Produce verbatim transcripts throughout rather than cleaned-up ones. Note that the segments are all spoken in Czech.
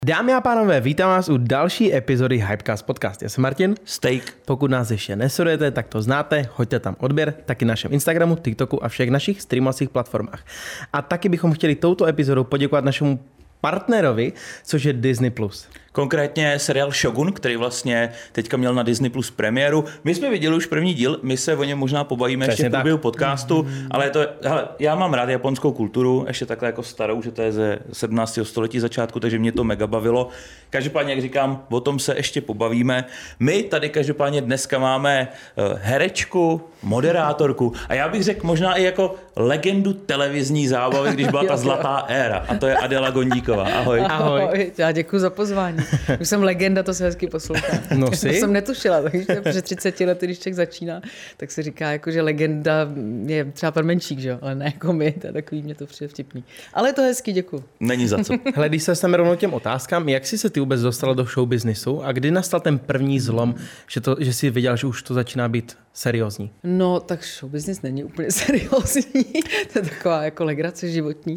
Dámy a pánové, vítám vás u další epizody Hypecast Podcast. Já jsem Martin. Steak. Pokud nás ještě nesledujete, tak to znáte, hoďte tam odběr, taky na našem Instagramu, TikToku a všech našich streamovacích platformách. A taky bychom chtěli touto epizodou poděkovat našemu partnerovi, což je Disney plus. Konkrétně seriál Shogun, který vlastně teďka měl na Disney plus premiéru. My jsme viděli už první díl, my se o něm možná pobavíme Přesně ještě v průběhu podcastu, mm. ale je to, hele, já mám rád japonskou kulturu, ještě takhle jako starou, že to je ze sedmnáctého století začátku, takže mě to mega bavilo. Každopádně, jak říkám, o tom se ještě pobavíme. My tady každopádně dneska máme herečku, moderátorku a já bych řekl možná i jako legendu televizní zábavy, když byla ta zlatá éra, a to je Adela Gondíková. Ahoj. Ahoj. Ahoj. Já děkuji za pozvání. Už jsem legenda, to se hezky poslouchá. No to jsem netušila, takže před třiceti lety, když člověk začíná, tak se říká, jako, že legenda je třeba pan Menšík, že? Ale ne jako my, to je takový, mě to přijde vtipný. Ale je to hezky, děkuji. Není za co. Hele, když se sem rovnou těm otázkám, jak jsi se ty vůbec dostala do show businessu a kdy nastal ten první zlom, že, to, že jsi viděl, že už to začíná být seriózní? No, tak show business není úplně seriózní, to je taková jako legrace životní,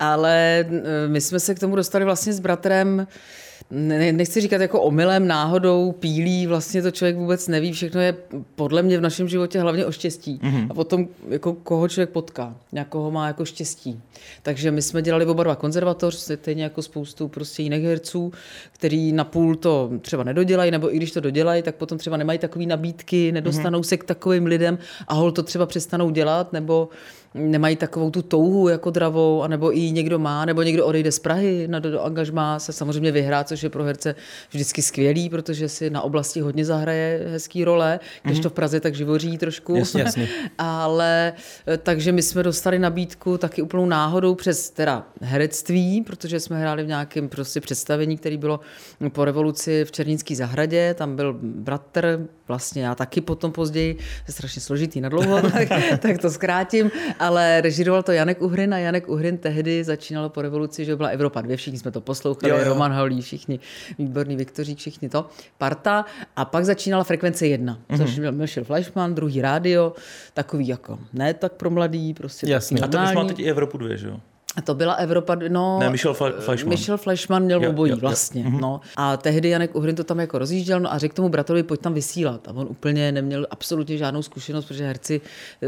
ale my jsme se k tomu dostali vlastně s bratrem, ne, nechci říkat jako omylem, náhodou, pílí, vlastně to člověk vůbec neví, všechno je podle mě v našem životě hlavně o štěstí. Mm-hmm. A potom jako koho člověk potká, nějakého má jako štěstí. Takže my jsme dělali oba dva konzervatoř, stejně jako spoustu prostě jiných herců, který napůl to třeba nedodělají, nebo i když to dodělají, tak potom třeba nemají takové nabídky, nedostanou mm-hmm. se k takovým lidem a hol to třeba přestanou dělat, nebo nemají takovou tu touhu jako dravou, anebo i někdo má, nebo někdo odejde z Prahy na do, do angažmá, se samozřejmě vyhrá, což je pro herce vždycky skvělý, protože si na oblasti hodně zahraje hezký role, když mm-hmm. to v Praze tak živoří trošku. Jasně, jasně. Ale takže my jsme dostali nabídku taky úplnou náhodou přes teda herectví, protože jsme hráli v nějakém prostě představení, které bylo po revoluci v Černínské zahradě, tam byl bratr, vlastně já taky potom později, je strašně složitý na dlouho, tak, tak to zkrátím, ale režíroval to Janek Uhrin a Janek Uhrin tehdy začínalo po revoluci, že byla Evropa dvě, všichni jsme to poslouchali, jo, jo. Roman Holý, všichni, výborný Viktorík, všichni to, parta, a pak začínala Frekvence jedna, mm-hmm. což byl Michel Fleischmann, druhý rádio, takový jako ne tak pro mladý, prostě jasně. A to už má teď i Evropu dvě, že jo? A to byla Evropa, no... Ne, Michel Fleischmann. Michel Fleischmann měl jo, obojí jo, vlastně, jo. no. A tehdy Janek Uhrin to tam jako rozjížděl, no a řekl tomu bratrovi, pojď tam vysílat. A on úplně neměl absolutně žádnou zkušenost, protože herci,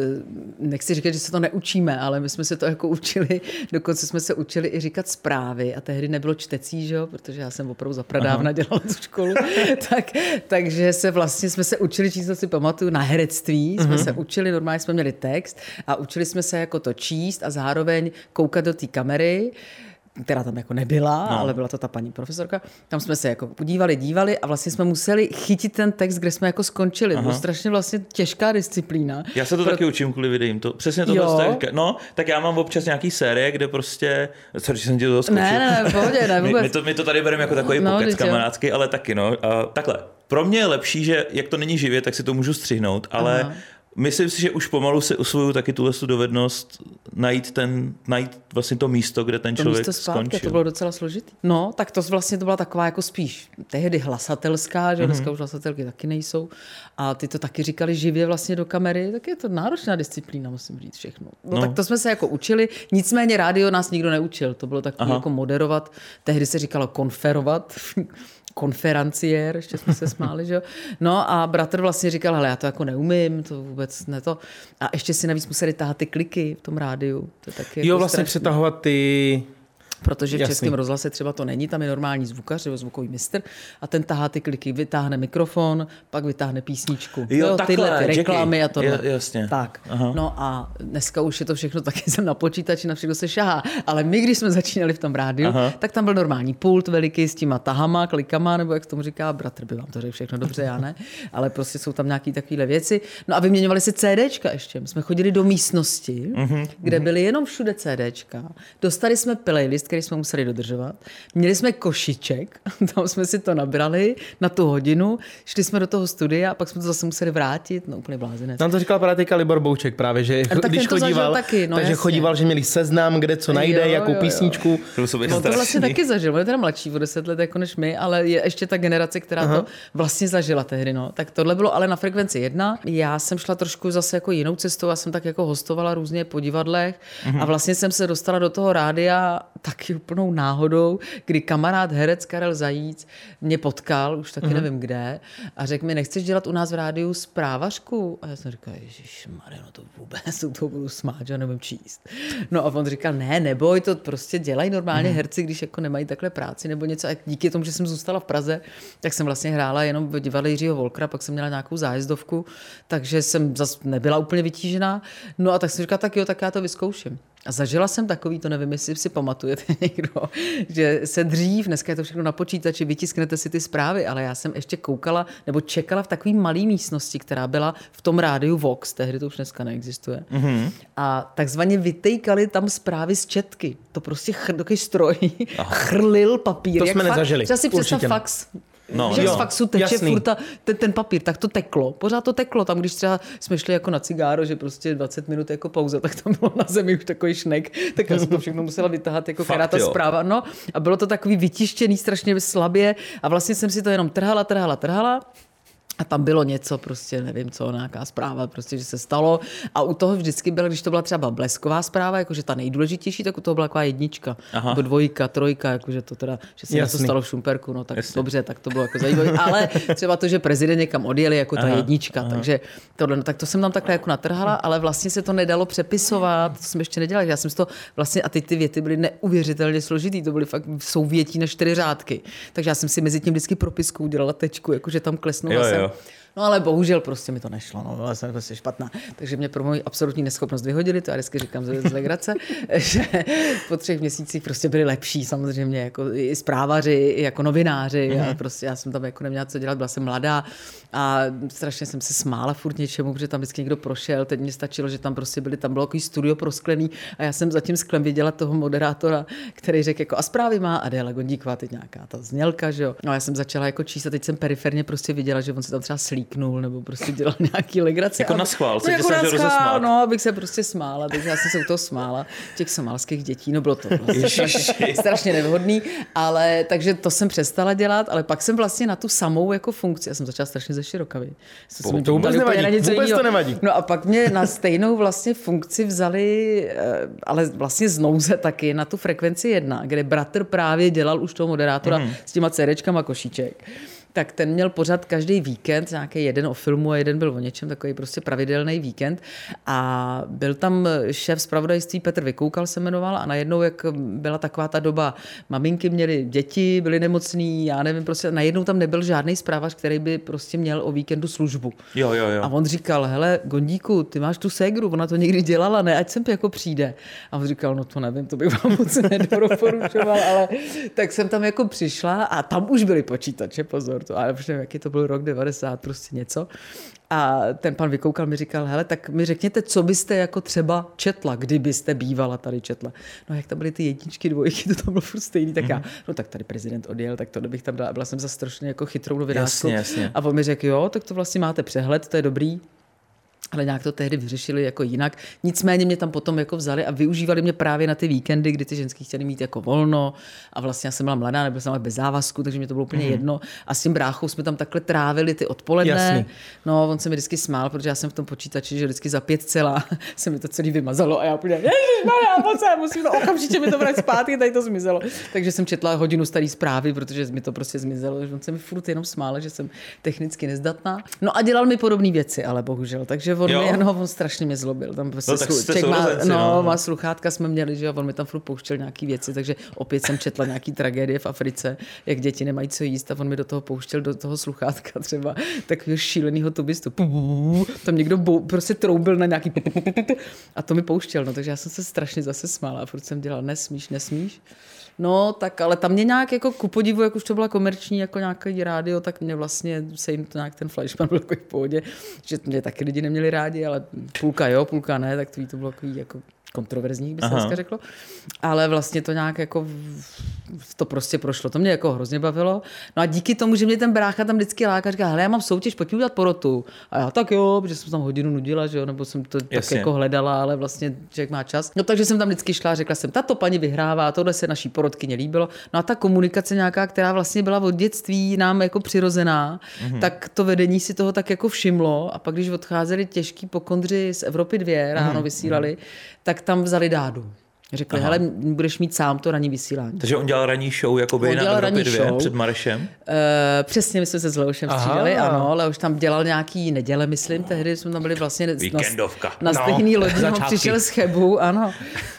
nechci říkat, že se to neučíme, ale my jsme se to jako učili, dokonce jsme se učili i říkat zprávy a tehdy nebylo čtecí, že jo, protože já jsem opravdu zapradávna dělala tu školu, tak, takže se vlastně jsme se učili, číslo si pamatuju, na herectví, jsme uh-huh. se učili, normálně jsme měli text a učili jsme se jako to číst a zároveň koukat do té kamery, která tam jako nebyla, no. ale byla to ta paní profesorka. Tam jsme se jako podívali, dívali a vlastně jsme museli chytit ten text, kde jsme jako skončili. Aha. Bylo strašně vlastně těžká disciplína. Já se to Pro... taky učím kvůli videím. To, přesně to vlastně. No, tak já mám občas nějaký série, kde prostě... Sorry, jsem ti to skočil. Ne, ne, v pohodě, ne, vůbec. my, my, to, my to tady bereme jako takový no, pokec kamarádský, ale taky, no. A, takhle. Pro mě je lepší, že jak to není živě, tak si to můžu střihnout, ale... Aha. Myslím si, že už pomalu si osvojuju taky tuhle dovednost najít, ten, najít vlastně to místo, kde ten to člověk místo zpátky, skončil. To bylo docela složitý. No, tak to vlastně to byla taková jako spíš tehdy hlasatelská, že mm-hmm. dneska už hlasatelky taky nejsou. A ty to taky říkali živě vlastně do kamery, tak je to náročná disciplína, musím říct všechno. No, no. Tak to jsme se jako učili, nicméně rádio nás nikdo neučil. To bylo takové jako moderovat, tehdy se říkalo konferovat, konferenciér, ještě jsme se smáli, že jo. No a bratr vlastně říkal, hele, já to jako neumím, to vůbec ne to. A ještě si navíc museli tahat ty kliky v tom rádiu. To je taky jo, jako vlastně strašný. Přetahovat ty... Protože v Jasný. Českém rozhlase třeba to není, tam je normální zvukař nebo zvukový mistr a ten tahá ty kliky, vytáhne mikrofon, pak vytáhne písničku. Jo, jo takhle, tyhle ty reklamy Jackie. a tohle. Je, jasně. Tak. Aha. No a dneska už je to všechno taky jsem na počítači, na všechno se šahá. Ale my, když jsme začínali v tom rádiu, Aha. tak tam byl normální pult veliký s těma tahama, klikama, nebo jak se tomu říká, bratr by vám to řekl všechno dobře, já ne. Ale prostě jsou tam nějaký takovéhle věci. No a vyměňovali si CDčka ještě. My jsme chodili do místnosti, mm-hmm. kde byly jenom všude CDčka. Dostali jsme playlist, který jsme museli dodržet. Měli jsme košiček, tam jsme si to nabrali na tu hodinu, šli jsme do toho studia a pak jsme to zase museli vrátit, no úplně blázinec. Tam to říkal právě teďka Libor Bouček právě, že no, když chodíval, taky, no, takže jasně. chodíval, že měli seznam, kde co najde, jo, jakou jo, písničku. Jo. No to vlastně taky zažil, on je teda mladší o deset let jako než my, ale je ještě ta generace, která Aha. to vlastně zažila tehdy, no. Tak tohle bylo ale na Frekvenci jedna. Já jsem šla trošku zase jako jinou cestou, já jsem tak jako hostovala různě po divadlech uh-huh. a vlastně jsem se dostala do toho rádia tak taky úplnou náhodou, kdy kamarád herec Karel Zajíc mě potkal, už taky mm-hmm. nevím kde, a řekl mi, nechceš dělat u nás v rádiu zprávařku? A já jsem říkal, ježišmarja, no to vůbec, to budu smát, že nevím číst. No a on říkal, ne, neboj, to prostě dělají normálně mm-hmm. herci, když jako nemají takhle práci nebo něco. A díky tomu, že jsem zůstala v Praze, tak jsem vlastně hrála jenom v divadle Jiřího Volkra, pak jsem měla nějakou zájezdovku, takže jsem zase nebyla úplně vytížená. No a tak jsem říkala, tak jo, tak já to vyzkouším. A zažila jsem takový, to nevím, jestli si pamatujete někdo, že se dřív, dneska je to všechno na počítači, vytisknete si ty zprávy, ale já jsem ještě koukala nebo čekala v takové malé místnosti, která byla v tom rádiu Vox, tehdy to už dneska neexistuje. Mm-hmm. A takzvaně vytejkali tam zprávy z četky. To prostě chr, takový stroj chrlil papír. To Jak jsme fakt, nezažili. Třeba si představ Určitě fax. No, že jo, z faxu teče jasný. furt ta, ten, ten papír, tak to teklo. Pořád to teklo. Tam, když třeba jsme šli jako na cigáro, že prostě dvacet minut jako pauza, tak tam bylo na zemi už takový šnek, tak já jsem to všechno musela vytahat, jako která ta zpráva. No, a bylo to takový vytištěný, strašně slabě a vlastně jsem si to jenom trhala, trhala, trhala. A tam bylo něco, prostě nevím co, nějaká zpráva, prostě, že se stalo. A u toho vždycky byla, když to byla třeba blesková zpráva, jakože ta nejdůležitější, tak u toho byla taková jednička. Aha. Nebo dvojka, trojka, jakože to teda, že se něco stalo v Šumperku, no tak Jasný. Dobře, tak to bylo jako zajímavé. Ale třeba to, že prezident někam odjel, jako ta aha. jednička. Aha. Takže tohle, no, tak to jsem tam takhle jako natrhala, ale vlastně se to nedalo přepisovat, to jsem ještě nedělala. Já jsem to vlastně, a teď ty věty byly neuvěřitelně složitý, to byly fakt souvětí na čtyři řádky. Takže já jsem si mezi tím vždycky propiskou udělala tečku, jakože tam klesnula jsem. No ale bohužel prostě mi to nešlo, no, byla jsem prostě špatná. Takže mě pro moji absolutní neschopnost vyhodili, to já vždycky říkám z legrace, že po třech měsících prostě byli lepší samozřejmě, jako i zprávaři, i jako novináři. Mm-hmm. A prostě já jsem tam jako neměla co dělat, byla jsem mladá a strašně jsem se smála furt něčemu, protože tam vždycky někdo prošel, teď mi stačilo, že tam prostě byli, tam bylo takový studio prosklený a já jsem za tím sklem viděla toho moderátora, který řekl jako a zprávy má Adéla Gondíková, teď nějaká ta znělka, že jo. No a já jsem začala jako číst a teď jsem periferně prostě viděla, že on se tam třeba slíknul nebo prostě dělal nějaký legrace. Jako na schvál, se no, tě snažil rozesmát. No, abych se prostě smála, takže já jsem se u toho smála, těch somálských dětí, no bylo to vlastně strašně, strašně nevhodný, ale takže to jsem přestala dělat, ale pak jsem vlastně na tu samou jako funkci, já jsem začala strašně ze širokavy. To, to vůbec nevadí, vůbec to nevadí. No a pak mě na stejnou vlastně funkci vzali, ale vlastně z nouze taky, na tu frekvenci jedna, kde bratr právě dělal už toho moderátora mm. s těma CDčkama Košíček. Tak ten měl pořád každý víkend, nějaký jeden o filmu a jeden byl o něčem, takový prostě pravidelný víkend. A byl tam šéf zpravodajství Petr Vykoukal se jmenoval a najednou, jak byla taková ta doba, maminky měly děti, byly nemocný, já nevím, prostě najednou tam nebyl žádný zprávař, který by prostě měl o víkendu službu. Jo, jo, jo. A on říkal, hele, Gondíku, ty máš tu ségru, ona to někdy dělala, ne, ať sem jako přijde. A on říkal, no to nevím, to bych vám moc nedoporučoval, ale tak jsem tam jako přišla a tam už byly počítače, pozor. To, ale nevím, jaký to byl rok devadesát, prostě něco. A ten pan Vykoukal mi říkal, hele, tak mi řekněte, co byste jako třeba četla, kdybyste bývala tady četla. No jak tam byly ty jedničky, dvojky, to tam bylo furt stejný, tak mm-hmm. já, no tak tady prezident odjel, tak to bych tam dala. Byla jsem za strašně jako chytrou novinářku. Jasně, jasně. A on mi řekl, jo, tak to vlastně máte přehled, to je dobrý. Ale nějak to tehdy vyřešili jako jinak. Nicméně mě tam potom jako vzali a využívali mě právě na ty víkendy, kdy ty ženský chtěli mít jako volno a vlastně já jsem byla mladá, nebyla jsem bez závazku, takže mě to bylo úplně mm. jedno. A s tím bráchou jsme tam takhle trávili ty odpoledne. Jasný. No, on se mi vždycky smál, protože já jsem v tom počítači, že vždycky za pět celá se mi to celý vymazalo a já úplně, ježišmarja, moc se musím to okamžitě mi to vrát zpátky, tady to zmizelo. Takže jsem četla hodinu starý zprávy, protože mi to prostě zmizelo, že on se mi furt jenom smál, že jsem technicky nezdatná. No a dělal mi podobné věci, ale bohužel. Takže on, mě, no, on strašně mě zlobil. Tam prostě no, tak slu, má, no, no. má sluchátka jsme měli, že on mi tam furt pouštěl nějaký věci, takže opět jsem četla nějaký tragédie v Africe, jak děti nemají co jíst a on mi do toho pouštěl do toho sluchátka třeba takového šílenýho tubistu. Tam někdo bou, prostě troubil na nějaký a to mi pouštěl, no, takže já jsem se strašně zase smála a furt jsem dělala nesmíš, nesmíš. No, tak ale tam mě nějak jako ku podivu, jak už to byla komerční jako nějaký rádio, tak mě vlastně se jim to nějak ten flashman byl takový v pohodě, že mě taky lidi neměli rádi, ale půlka jo, půlka ne, tak to bylo takový jako kontroverzních, by se dneska řeklo. Ale vlastně to nějak jako to prostě prošlo. To mě jako hrozně bavilo. No a díky tomu, že mě ten brácha tam vždycky láká, říká, hele, já mám soutěž, pojď udělat porotu. A já tak jo, protože jsem tam hodinu nudila, že jo, nebo jsem to Jasně. tak jako hledala, ale vlastně člověk má čas. No takže jsem tam vždycky šla, řekla jsem, tato paní vyhrává, tohle se naší porotkyně líbilo. No a ta komunikace nějaká, která vlastně byla od dětství nám jako přirozená, mm-hmm. tak to vedení si toho tak jako všimlo a pak když odcházeli těžký pokondři z Evropy dvě ráno mm-hmm. vysílali, tak tam vzali Dádu. Řekli, Aha. hele, budeš mít sám to ranní vysílání. Takže on dělal ranní show jakoby On na dělal Evropě ranní dvě show. před Marešem? Uh, přesně, my jsme se s Leošem střídali, ano, ale už tam dělal nějaký neděle, myslím, tehdy jsme tam byli vlastně Víkendovka. na, na No, stejný lodi, on začátky. přišel z Chebu, ano.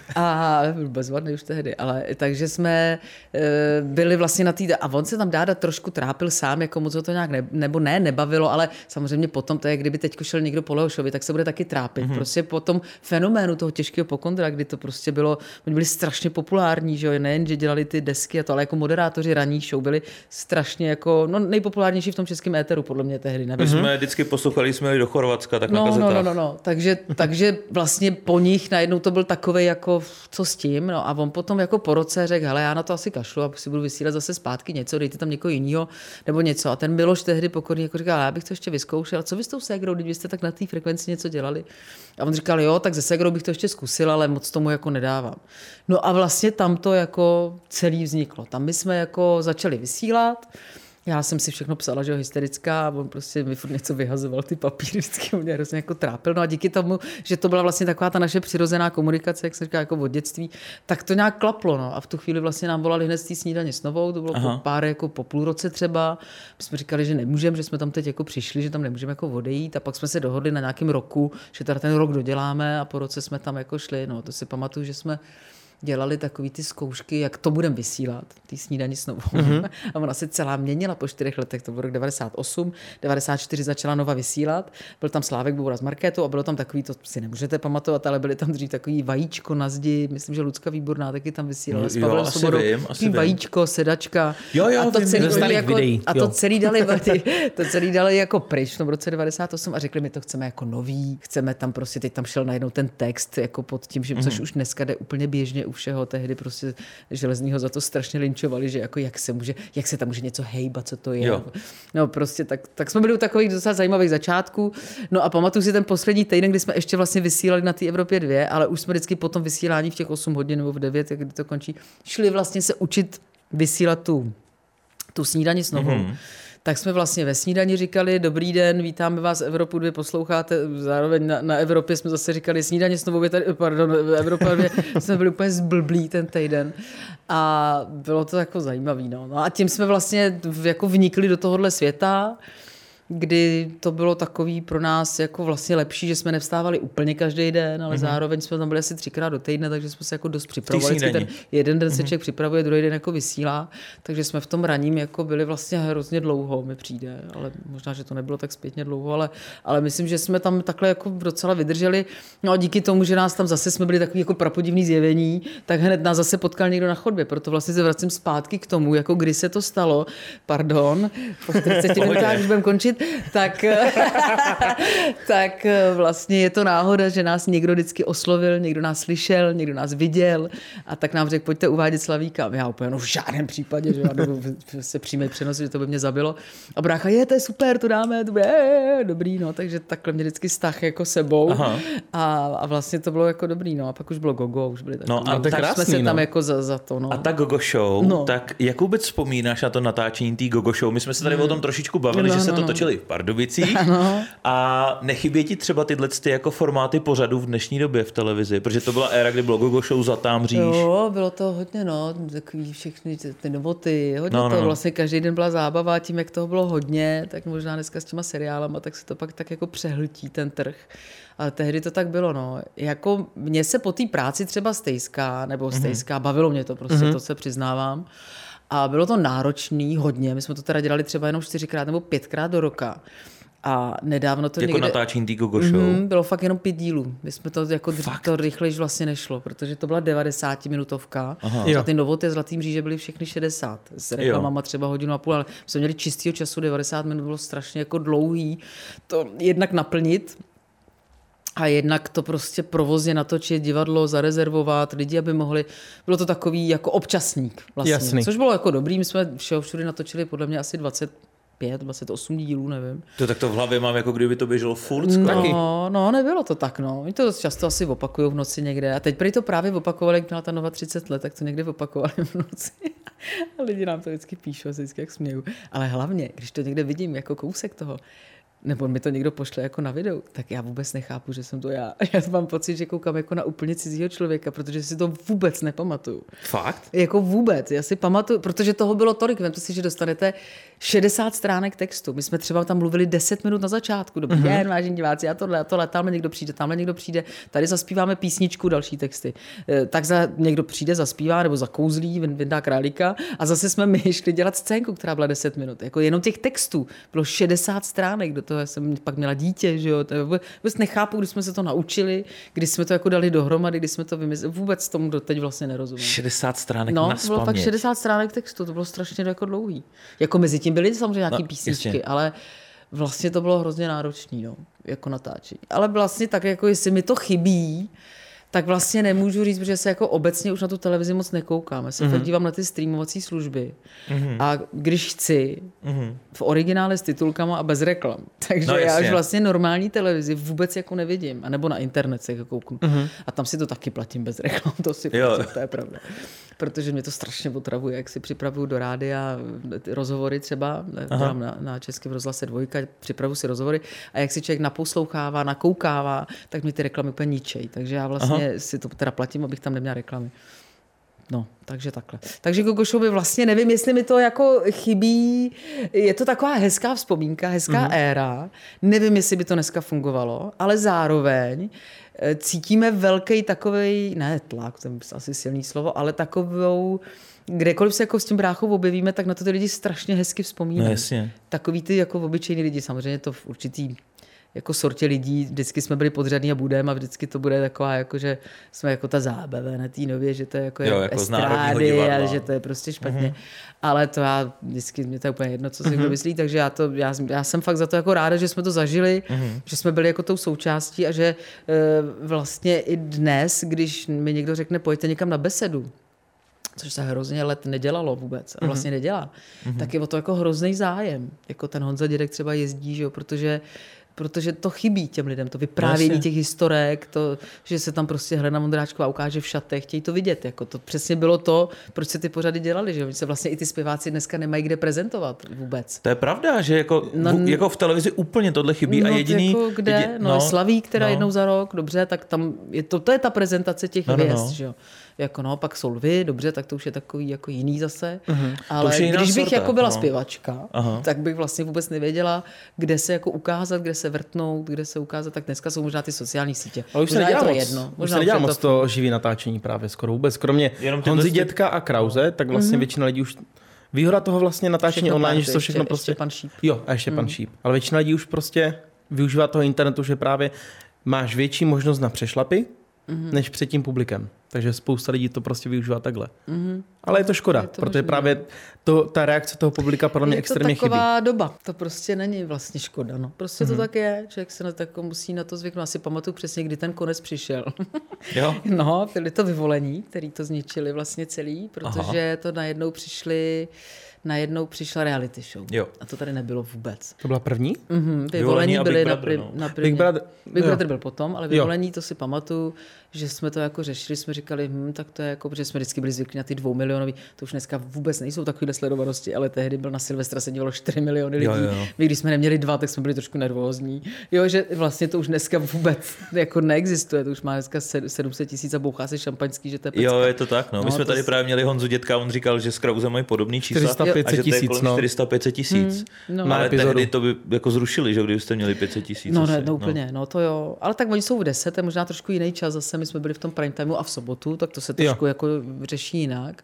A byl bezvadný už tehdy, ale takže jsme uh, byli vlastně na té, a on se tam Dáda trošku trápil sám, jako moc ho to nějak ne, nebo ne, nebavilo, ale samozřejmě potom to je, kdyby teď šel někdo po Leošovi, tak se bude taky trápit. Mm-hmm. Prostě po tom fenoménu toho těžkého pokondra, kdy to prostě bylo, oni byli strašně populární, že jo, nejen, že dělali ty desky a to, ale jako moderátoři ranní show byli strašně jako, no nejpopulárnější v tom českém éteru, podle mě tehdy, nevím. My jsme vždycky poslouchali, jsme jeli do Chorvatska, tak na No, kazetách. no, no, no, no. Takže, takže vlastně po nich najednou to byl takovej jako, co s tím, no a on potom jako po roce řekl, hele, já na to asi kašlu a si budu vysílat zase zpátky něco, dejte tam někoho jiného nebo něco. A ten Miloš tehdy pokorný jako říkal, já bych to ještě vyzkoušel, co vy s tou ségrou, když jste tak na té frekvenci něco dělali. A on říkal, jo, tak se ségrou bych to ještě zkusil, ale moc tomu jako nedávám. No a vlastně tam to jako celý vzniklo. Tam my jsme jako začali vysílat. Já jsem si všechno psala, že jo, hysterická, a on prostě mi furt něco vyhazoval, ty papíry, vždycky mě hrozně jako trápil. No a díky tomu, že to byla vlastně taková ta naše přirozená komunikace, jak se říká, jako od dětství, tak to nějak klaplo, no. A v tu chvíli vlastně nám volali hned z té snídaně s Novou, to bylo po pár jako po půl roce třeba. My jsme říkali, že nemůžeme, že jsme tam teď jako přišli, že tam nemůžeme jako odejít, a pak jsme se dohodli na nějakém roku, že teda ten rok doděláme, a po roce jsme tam jako šli, no. To si pamatuju, že jsme dělali takový ty zkoušky, jak to budeme vysílat, ty snídaní s Novou. Mm-hmm. A ona se celá měnila po čtyřech letech, to byl rok devadesát osm, devadesát čtyři začala Nova vysílat, byl tam Slávek Boura z Markétou a bylo tam takový, to si nemůžete pamatovat, ale byly tam dřív takový vajíčko na zdi, myslím, že Lucka Výborná taky tam vysílala s Pavlem Svobodou. Vajíčko, sedačka. Jo, jo, a to vím, celý, jako, a to celý dali, to celý dali jako pryč v tom roce devadesát osm a řekli, my to chceme jako nový, chceme tam prostě, teď tam šel najednou ten text jako pod tím, že, mm-hmm. což už dneska jde úplně běžně u všeho, tehdy prostě Železnýho za to strašně linčovali, že jako jak se může, jak se tam může něco hejbat, co to je. Jo. No prostě tak, tak jsme byli u takových docela zajímavých začátků. No a pamatuju si ten poslední týden, kdy jsme ještě vlastně vysílali na té Evropě dvě, ale už jsme vždycky po tom vysílání v těch osm hodin nebo v devět, kdy to končí, šli vlastně se učit vysílat tu, tu snídani s Novou. Mm-hmm. Tak jsme vlastně ve snídani říkali, dobrý den, vítáme vás, Evropu dvě posloucháte, zároveň na, na Evropě jsme zase říkali, snídaně s Novou, tady, pardon, Evropa dvě, jsme byli úplně zblblí ten týden a bylo to jako zajímavý, no. No a tím jsme vlastně jako vnikli do tohohle světa, kdy to bylo takový pro nás jako vlastně lepší, že jsme nevstávali úplně každý den, ale mm-hmm. zároveň jsme tam byli asi třikrát do týdne, takže jsme se jako dost připravovali. Ten jeden den mm-hmm. se člověk připravuje, druhý den jako vysílá, takže jsme v tom raním jako byli vlastně hrozně dlouho, mi přijde, ale možná, že to nebylo tak zpětně dlouho, ale, ale myslím, že jsme tam takhle jako docela vydrželi. No a díky tomu, že nás tam zase jsme byli takový jako prapodivný zjevení, tak hned nás zase potkal někdo na chodbě, proto vlastně se vracím zpátky k tomu, jako kdy se to stalo, pardon, po čtyřiceti minutách už budeme končit, tak, tak vlastně je to náhoda, že nás někdo vždycky oslovil, někdo nás slyšel, někdo nás viděl a tak nám řekl, pojďte uvádět Slavíka. Já úplně, no v žádném případě, že já se přímý přenos, že to by mě zabilo. A brácha, je, to je super, to dáme, to bude je, dobrý, no, takže takhle mě vždycky stah jako sebou a, a vlastně to bylo jako dobrý, no, a pak už bylo Gogo, už byli takový. No a tak krásný, jsme se tam no. jako za, za to, no. A ta Gogo Show, no. tak jak vůbec vzpomínáš na to natáčení té Gogo Show? My jsme se tady hmm. o tom trošičku bavili, no, že se no, to točili v Pardubicích ano. a nechybějí ti třeba tyhle ty jako formáty pořadu v dnešní době v televizi, protože to byla éra, kdy bylo Gogo Show, Zatám říš. Jo, bylo to hodně, no, takový všechny ty novoty, hodně no, no, to, vlastně každý den byla zábava, tím, jak toho bylo hodně, tak možná dneska s těma seriálama, tak se to pak tak jako přehltí ten trh. Ale tehdy to tak bylo, no. Jako mě se po té práci třeba stejská, nebo stejská, mm-hmm. bavilo mě to prostě, mm-hmm. to se přiznávám. A bylo to náročný hodně, my jsme to teda dělali třeba jenom čtyřikrát nebo pětkrát do roka. A nedávno to jako někde... natáčení té Gogo Show? Mm, bylo fakt jenom pět dílů. My jsme to jako fakt? to rychlejš vlastně nešlo, protože to byla devadesátiminutovka. A ty novoty Zlatý mříže byly všechny šedesát. S reklamama třeba hodinu a půl, ale my jsme měli čistýho času, devadesát minut bylo strašně jako dlouhý. To jednak naplnit, a jednak to prostě provozně natočit, divadlo zarezervovat, lidi, aby mohli... Bylo to takový jako občasník vlastně. Jasný. Což bylo jako dobrý. My jsme všeho všude natočili podle mě asi dvacet pět, dvacet osm dílů, nevím. To tak to v hlavě mám, jako kdyby to běželo furt. No, no, nebylo to tak, no. Oni to často asi opakujou v noci někde. A teď prý to právě opakovali, jak měla ta Nova třicet let, tak to někde opakovali v noci. A lidi nám to vždycky píšou, se vždycky jak směju. Ale hlavně, když to někde vidím jako kousek toho, nebo mi to někdo pošle jako na videu, tak já vůbec nechápu, že jsem to já. Já mám pocit, že koukám jako na úplně cizího člověka, protože si to vůbec nepamatuju. Fakt? Jako vůbec. Já si pamatuju, protože toho bylo tolik. Vemte si, že dostanete šedesát stránek textu. My jsme třeba tam mluvili deset minut na začátku. Dobrý den, vážení diváci, a tohle, a tohle, tamhle někdo přijde, tamhle někdo přijde. Tady zaspíváme písničku, další texty. Tak za, někdo přijde, zaspívá nebo zakouzlí, vyndá králíka a zase jsme my šli dělat scénku, která byla deset minut. Jako jenom těch textů bylo šedesát stránek. Do toho jsem pak měla dítě, že jo. Vůbec nechápu, když jsme se to naučili, když jsme to jako dali dohromady, když jsme to vymysleli. Vůbec tomu doteď vlastně nerozumím. šedesát stránek no, na to bylo fakt šedesát stránek textu, to bylo strašně jako dlouhý. Jako mezi tím byly samozřejmě nějaký no, písničky, jasně. Ale vlastně to bylo hrozně náročný, no, jako natáčení. Ale vlastně tak, jako jestli mi to chybí, tak vlastně nemůžu říct, protože se jako obecně už na tu televizi moc nekoukám. Já se mm-hmm. dívám na ty streamovací služby. Mm-hmm. A když chci, mm-hmm. v originále s titulkama a bez reklam. Takže no, já už vlastně normální televizi vůbec jako nevidím. A nebo na internet se jako kouknu. Mm-hmm. A tam si to taky platím bez reklam. To si platím, to je pravda. Protože mě to strašně otravuje, jak si připravuju do rádia rozhovory třeba, na, na Českém rozhlase dvojka, připravuju si rozhovory a jak si člověk naposlouchává, nakoukává, tak mi ty reklamy úplně ničej. Takže já vlastně Aha. si to teda platím, abych tam neměla reklamy. No, takže takhle. Takže Gogo Show by vlastně nevím, jestli mi to jako chybí. Je to taková hezká vzpomínka, hezká mm-hmm. éra. Nevím, jestli by to dneska fungovalo, ale zároveň cítíme velký takovej, ne tlak, to je asi silný slovo, ale takovou, kdekoliv se jako s tím bráchou objevíme, tak na to ty lidi strašně hezky vzpomínají. No jasně. Takový ty jako obyčejní lidi, samozřejmě to v určitý jako sortě lidí, vždycky jsme byli podřadní a budeme a vždycky to bude taková, jako, že jsme jako ta zábava na té nově, že to je jako, jo, jako estrády a že to je prostě špatně. Mm-hmm. Ale to já vždycky, mě to je úplně jedno, co si mm-hmm. kdo myslí, takže já, to, já, já jsem fakt za to jako ráda, že jsme to zažili, mm-hmm. že jsme byli jako tou součástí a že e, vlastně i dnes, když mi někdo řekne, pojďte někam na besedu, což se hrozně let nedělalo vůbec a vlastně nedělá, mm-hmm. tak je o to jako hrozný zájem. Jako ten Honza Dědek třeba jezdí, že jo, protože protože to chybí těm lidem, to vyprávění těch historek, to, že se tam prostě Helena Vondráčková ukáže v šatech, chtějí to vidět. Jako to přesně bylo to, proč se ty pořady dělali, že se vlastně i ty zpěváci dneska nemají kde prezentovat vůbec. To je pravda, že jako, no, v, jako v televizi úplně tohle chybí no, a jediný... Jako kde? Jedi, no, no Slavík, která no. jednou za rok, dobře, tak tam je to, to je ta prezentace těch no, hvězd, no, no. že jo. Jako no, pak jsou lvy, dobře, tak to už je takový jako jiný zase. Uh-huh. Ale když bych sorta, jako byla no. zpěvačka, uh-huh. tak bych vlastně vůbec nevěděla, kde se jako ukázat, kde se vrtnout, kde se ukázat, tak dneska jsou možná ty sociální sítě. Ale už se nedělá moc, jedno. Už se nedělá moc to živý natáčení právě skoro vůbec. Kromě Honzy Dědka a Krause, tak vlastně uh-huh. většina lidí už... Výhoda toho vlastně natáčení všechno online, že to všechno ještě, prostě... Ještě pan Šíp. Jo, a ještě uh-huh. pan Šíp. Ale většina lidí už prostě využívá toho internetu, že právě máš větší možnost na přešlapy, mm-hmm. než před tím publikem. Takže spousta lidí to prostě využívá takhle. Mm-hmm. Ale je to škoda, je to protože možná. Právě to, ta reakce toho publika podle mě extrémně chybí. Je to taková chybí. doba. To prostě není vlastně škoda. No. Prostě mm-hmm. to tak je. Člověk se na to jako musí na to zvyknout. Asi pamatuju přesně, kdy ten konec přišel. Jo? No, byli to vyvolení, který to zničili vlastně celý, protože Aha. to najednou přišli najednou přišla reality show. Jo. A to tady nebylo vůbec. To byla první? Mhm, vyvolení byly na, pri, no. na první. Big Brother, Big Brother byl potom, ale vyvolení jo. to si pamatuju, že jsme to jako řešili, jsme říkali, hm, tak to je jako, protože jsme vždycky byli zvyklí na ty dvoumilionový, to už dneska vůbec nejsou takovýhle sledovanosti, ale tehdy byl na Silvestra se dívalo čtyři miliony lidí. Jo, jo. My, když jsme neměli dva, tak jsme byli trošku nervózní. Jo, že vlastně to už dneska vůbec jako neexistuje, to už má dneska sedm set tisíc a bouchá se šampaňský, že to je pecka. Jo, je to tak, no. no My jsme tady právě měli Honzu Dědka, on říkal, že s Krausem mají podobný čísla. čtyři sta pět set tisíc, no. čtyři sta pět set tisíc. Hmm, no. Ale tehdy to by jako zrušili, že kdybyste měli pět set tisíc. No, ne, no úplně, no. no to jo. Ale tak oni jsou v deset, je možná trošku jiný čas zase, my jsme byli v tom prime timeu a v sobotu, tak to se trošku jo. jako řeší jinak.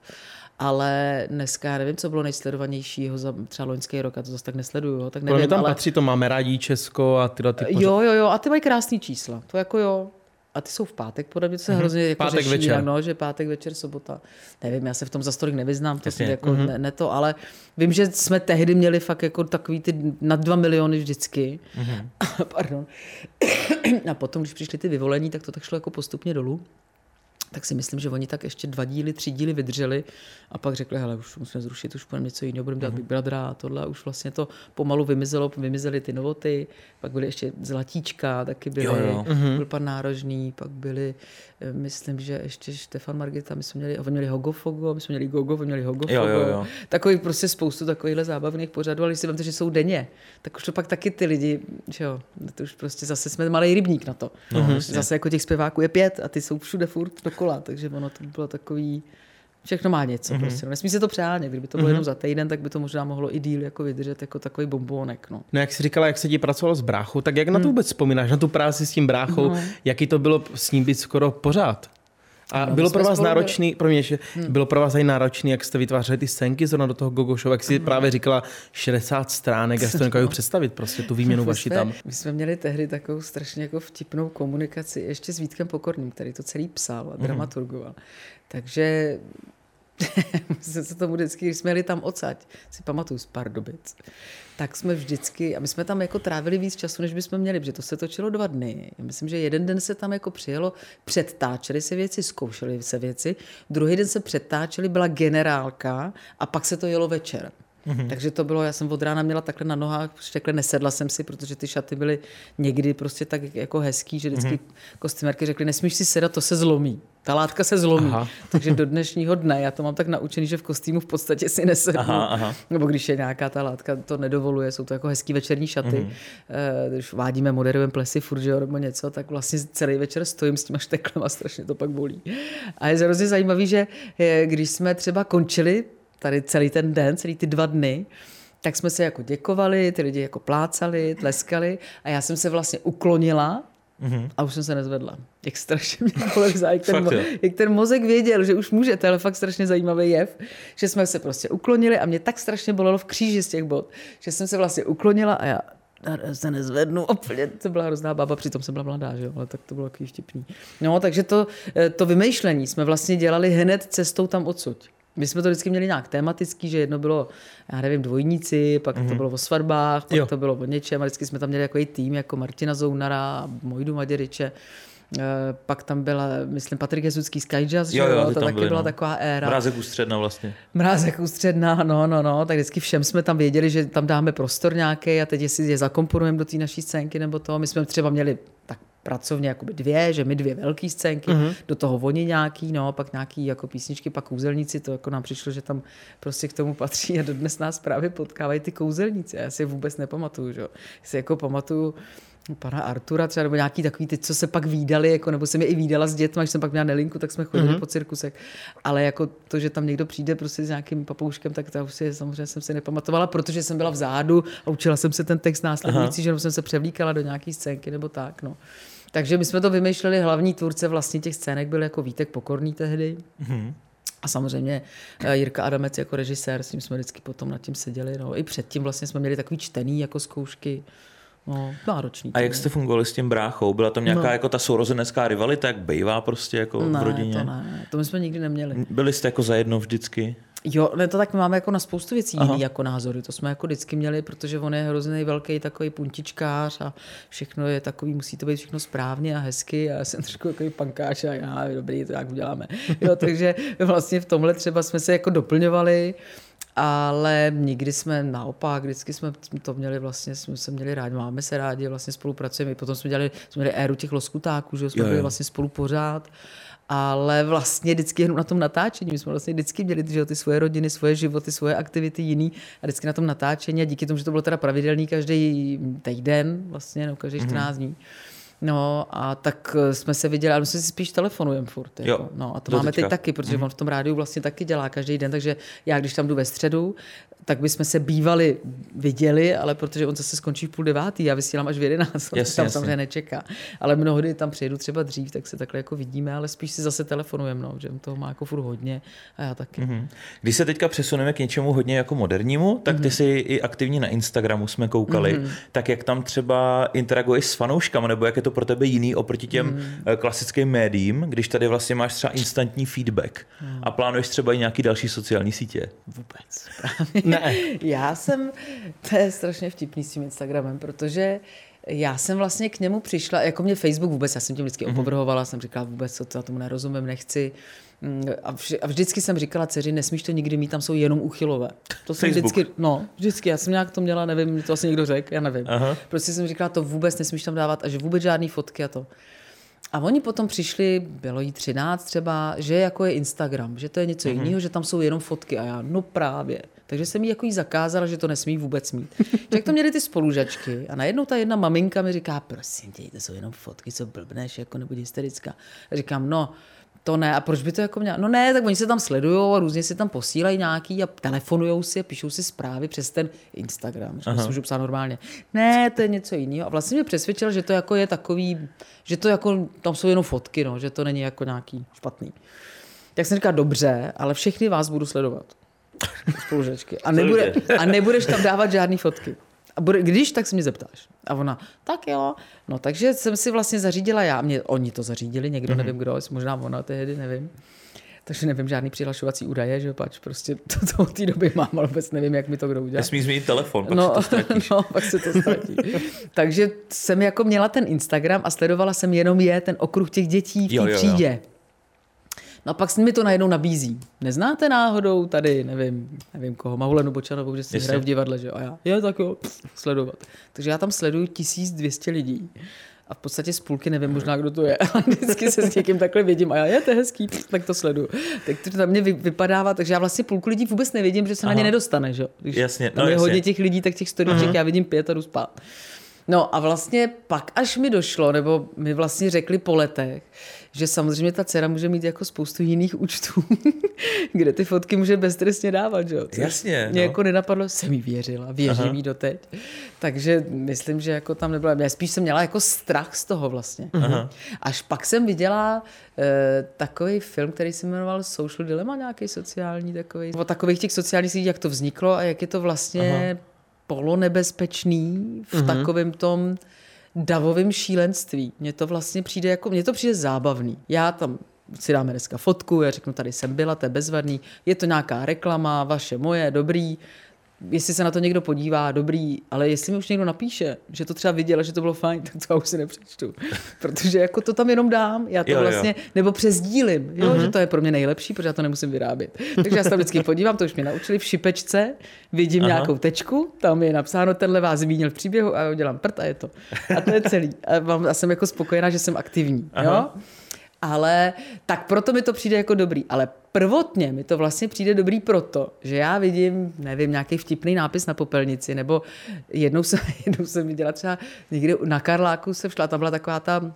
Ale dneska, já nevím, co bylo nejsledovanějšího za třeba loňský rok, a to zase tak nesleduju. Jo, tak nevím, mě tam ale... patří to Máme rádi Česko a tyhle ty pořady. Jo, jo, jo, a ty mají krásný čísla, to jako jo. A ty jsou v pátek, podle mě to se mm-hmm. hrozně jako pátek řeší, večer. No, že pátek večer, sobota. Nevím, já se v tom za stolik nevyznám, to jako mm-hmm. ne, ne to, ale vím, že jsme tehdy měli fakt jako takový ty nad dva miliony vždycky. Mm-hmm. Pardon. A potom, když přišli ty vyvolení, tak to tak šlo jako postupně dolů. tak si myslím, že oni tak ještě dva díly, tři díly vydrželi a pak řekli, hele, už musíme zrušit, už budeme něco jiného, budeme dělat Big Brothera a tohle a už vlastně to pomalu vymizelo, vymizely ty novoty, pak byly ještě Zlatíčka, taky byly, jo, jo. byl pan Nárožný, pak byli, myslím, že ještě Štefan Margita, my jsme měli, měli Hogofogo, my jsme měli Gogo, my měli Hogofogo, jo, jo, jo. Takový prostě spoustu takovýchhle zábavných pořadů, ale když si vemte, že jsou denně, tak už to pak taky ty lidi, že jo, to už prostě zase jsme malý rybník na to. No, zase jako těch zpěváků je pět a ty jsou všude furt dokola, takže ono to bylo takový, všechno má něco mm-hmm. prostě. No, nesmí se to přehánět, kdyby to bylo mm-hmm. jenom za týden, tak by to možná mohlo i díl jako vydržet jako takový bombónek. No. No jak jsi říkala, jak se ti pracovalo s bráchou, tak jak mm. na to vůbec vzpomínáš, na tu práci s tím bráchou, no. jaký to bylo s ním být skoro pořád? A no, bylo pro vás náročný, pro mě, hmm. bylo pro vás i náročný, jak jste vytvářeli ty scénky zrovna do toho Gogo Show, jak jsi hmm. právě říkala šedesát stránek, jak jste to nekážu představit, prostě tu výměnu vaši tam. My jsme měli tehdy takovou strašně jako vtipnou komunikaci ještě s Vítkem Pokorným, který to celý psal a dramaturgoval. Hmm. Takže jsme se tomu vždycky, když jsme jeli tam odsaď, si pamatuju z Pardubic, tak jsme vždycky, a my jsme tam jako trávili víc času, než bychom měli, protože to se točilo dva dny. Já myslím, že jeden den se tam jako přijelo, předtáčeli se věci, zkoušeli se věci, druhý den se předtáčeli, byla generálka a pak se to jelo večer. Mm-hmm. Takže to bylo, já jsem od rána měla takhle na nohách, takhle nesedla jsem si, protože ty šaty byly někdy prostě tak jako hezký, že vždycky mm-hmm. kostymérky řekly, nesmíš si sedat, to se zlomí. Ta látka se zlomí. Aha. Takže do dnešního dne, já to mám tak naučený, že v kostýmu v podstatě si nesednu. Aha, aha. Nebo když je nějaká ta látka, to nedovoluje, jsou to jako hezký večerní šaty. Mm-hmm. Když vádíme, moderujeme plesy, furt, že nebo něco, tak vlastně celý večer stojím s těma šteklem a strašně to pak bolí. A je hrozně zajímavý, že když jsme třeba končili tady celý ten den, celý ty dva dny, tak jsme se jako děkovali, ty lidi jako plácali, tleskali a já jsem se vlastně uklonila mm-hmm. a už jsem se nezvedla. Jak strašně mě bolelo, jak, ten, jak ten mozek věděl, že už může, to je fakt strašně zajímavý jev, že jsme se prostě uklonili a mě tak strašně bolelo v kříži z těch bod, že jsem se vlastně uklonila a já se nezvednu, úplně, to byla hrozná baba, přitom jsem byla mladá, že jo, ale tak to bylo takový vtipný. No, takže to, to vymýšlení jsme vlastně dělali hned cestou tam odsud. My jsme to vždycky měli nějak tematický, že jedno bylo, já nevím, dvojníci, pak mm-hmm. to bylo o svatbách, pak jo. to bylo o něčem a vždycky jsme tam měli takový tým jako Martina Zounara, Mojdu Maděryče, pak tam byla, myslím, Patrik Jezucký Sky Jazz, jo, jo, to taky byli, byla no. taková éra. Mrázek Ústředna vlastně. Mrázek Ústředna, no, no, no, tak vždycky všem jsme tam věděli, že tam dáme prostor nějaký a teď jestli je zakomponujeme do té naší scénky nebo toho, my jsme třeba měli tak pracovně jakoby dvě, že my dvě velký scénky, mm-hmm. do toho oni nějaký, no, pak nějaký jako písničky, pak kouzelníci, to jako nám přišlo, že tam prostě k tomu patří a dodnes nás právě potkávají ty kouzelníci. Já si je vůbec nepamatuju, že jo. Já si jako pamatuju pana Artura třeba, nebo nějaký takový ty, co se pak vídali, jako, nebo jsem je i vídala s dětma, když jsem pak měla Nelinku, tak jsme chodili mm-hmm. po cirkusech. Ale jako to, že tam někdo přijde prostě s nějakým papouškem, tak to už si samozřejmě jsem si nepamatovala, protože jsem byla vzadu a učila jsem se ten text následující, že jsem se převlíkala do nějaký scénky nebo tak, no. Takže my jsme to vymýšleli, hlavní tvůrce vlastně těch scének byl jako Vítek Pokorný tehdy. Mm-hmm. A samozřejmě Jirka Adamec jako režisér, s ním jsme vždycky potom nad tím seděli. No. I předtím vlastně jsme měli takový čtený jako zkoušky. No, náročný. A jak jste fungovali s tím bráchou? Byla tam nějaká no. jako ta sourozenecká rivalita, jak bejvá prostě jako ne, v rodině? to ne, to my jsme nikdy neměli. Byli jste jako zajedno vždycky? Jo, ne, to tak my máme jako na spoustu věcí jiný jako názory. To jsme jako vždycky měli, protože on je hrozný velký takový puntičkář a všechno je takový, musí to být všechno správně a hezky a já jsem trošku takový pankáč a já, dobrý, to jak uděláme. Jo, takže vlastně v tomhle třeba jsme se jako doplňovali, ale nikdy jsme naopak, vždycky jsme to měli vlastně, jsme se měli rádi, máme se rádi, vlastně spolupracujeme. Potom jsme dělali, jsme měli éru těch loskutáků, že jsme jo, byli jo. vlastně spolu pořád. Ale vlastně vždycky jenom na tom natáčení. My jsme vlastně vždycky měli že, ty svoje rodiny, svoje životy, svoje aktivity jiný a vždycky na tom natáčení a díky tomu, že to bylo teda pravidelný každý týden, vlastně, no, každý čtrnáct dní. No a tak jsme se viděli, ale my se si spíš telefonujeme furt. Jako. Jo, no a to máme teď taky, protože mm. on v tom rádiu vlastně taky dělá každý den, takže já když tam jdu ve středu, tak bychom se bývali viděli, ale protože on zase skončí v půl devátý, já vysílám až v jedenáct, tam jasně. samozřejmě nečeká. Ale mnohdy tam přijedu třeba dřív, tak se takhle jako vidíme, ale spíš si zase telefonujeme, no, že toho má jako furt hodně a já taky. Mm-hmm. Když se teďka přesuneme k něčemu hodně jako modernímu, tak ty mm-hmm. jsi i aktivní na Instagramu, jsme koukali, mm-hmm. tak jak tam třeba interaguješ s fanouškama, nebo jak je to pro tebe jiný oproti těm mm. klasickým médiím, když tady vlastně máš třeba instantní feedback mm. a plánuješ třeba i nějaký další sociální sítě? Vůbec. Ne. Já jsem, to je strašně vtipný s tím Instagramem, protože já jsem vlastně k němu přišla, jako mě Facebook vůbec, já jsem tím vždycky opovrhovala, jsem říkala vůbec, co to, já tomu nerozumím, nechci. A, vž, a vždycky jsem říkala dceři, nesmíš to nikdy mít, tam jsou jenom úchylové. To jsem vždycky, no, vždycky, já jsem nějak to měla, nevím, to asi někdo řekl, já nevím. Aha. Prostě jsem říkala, to vůbec nesmíš tam dávat a že vůbec žádný fotky a to. A oni potom přišli, bylo jí třináct třeba, že jako je Instagram, že to je něco mm-hmm. jiného, že tam jsou jenom fotky a já, no právě. Takže jsem jí jako jí zakázala, že to nesmí vůbec mít. Jak to měly ty spolužačky a najednou ta jedna maminka mi říká, prosím tě, to jsou jenom fotky, co blbneš, jako nebuď hysterická. A říkám, no, to ne, a proč by to jako měla? No ne, tak oni se tam sledujou a různě si tam posílají nějaký a telefonujou si a píšou si zprávy přes ten Instagram. Že můžu psát normálně. Ne, to je něco jiného. A vlastně mě přesvědčil, že to jako je takový, že to jako, tam jsou jenom fotky, no, že to není jako nějaký špatný. Tak jsem říkal, dobře, ale všechny vás budu sledovat. Spolužačky. A, nebude, a nebudeš tam dávat žádný fotky. A bude, když, tak se mě zeptáš. A ona, tak jo. No takže jsem si vlastně zařídila já. Mě, oni to zařídili, někdo, mm-hmm. nevím kdo, možná ona tehdy, nevím. Takže nevím, žádný přihlašovací údaje, že pač, prostě to, to od té doby mám, ale vůbec nevím, jak mi to kdo udělá. Nesmí změnit telefon, pak no, se to ztratíš. No, pak se to ztratí. Takže jsem jako měla ten Instagram a sledovala jsem jenom je, ten okruh těch dětí v té třídě. No a pak mi to najednou nabízí. Neznáte náhodou tady, nevím, nevím koho, Mahulenu Bočanovou, že si hraje v divadle, že? A já, je tak jo, sledovat. Takže já tam sleduju tisíc dvě stě lidí. A v podstatě z půlky nevím možná, kdo to je. A vždycky se s někým takhle vidím a já, je to hezký, tak to sleduju. Tak to tam mě vypadává, takže já vlastně půlku lidí vůbec nevidím, že se Aha. na ně nedostane, že? Když jasně, tam no je jasně. hodně těch lidí, tak těch storíček já vidím pět a jdu spát. No a vlastně pak až mi došlo, nebo mi vlastně řekli po letech, že samozřejmě ta dcera může mít jako spoustu jiných účtů, kde ty fotky může beztrestně dávat, že jo? Jasně. Mě no. jako nenapadlo, jsem jí věřila, věřím jí doteď. Takže myslím, že jako tam nebyla, já spíš jsem měla jako strach z toho vlastně. Aha. Až pak jsem viděla e, takový film, který se jmenoval Social Dilemma, nějaký sociální takový. O takových těch sociálních sítích, jak to vzniklo a jak je to vlastně Aha. polonebezpečný v uh-huh. takovém tom davovém šílenství. Mně to vlastně přijde jako, mně to přijde zábavný. Já tam si dáme dneska fotku, já řeknu, tady jsem byla, to je bezvadný, je to nějaká reklama, vaše, moje, dobrý. Jestli se na to někdo podívá, dobrý, ale jestli mi už někdo napíše, že to třeba viděl, že to bylo fajn, tak to já už si nepřečtu. Protože jako to tam jenom dám, já to jo, vlastně, jo. nebo přesdílím, jo, uh-huh. že to je pro mě nejlepší, protože já to nemusím vyrábět. Takže já se tam vždycky podívám, to už mě naučili v šipečce, vidím Aha. nějakou tečku, tam je napsáno, tenhle vás zmínil v příběhu a já udělám prd a je to. A to je celý. A, mám, a jsem jako spokojená, že jsem aktivní. Jo? Ale tak proto mi to přijde jako dobrý. Ale prvotně mi to vlastně přijde dobrý proto, že já vidím, nevím, nějaký vtipný nápis na popelnici, nebo jednou jsem, jednou jsem viděla třeba někde na Karláku se všla, tam byla taková ta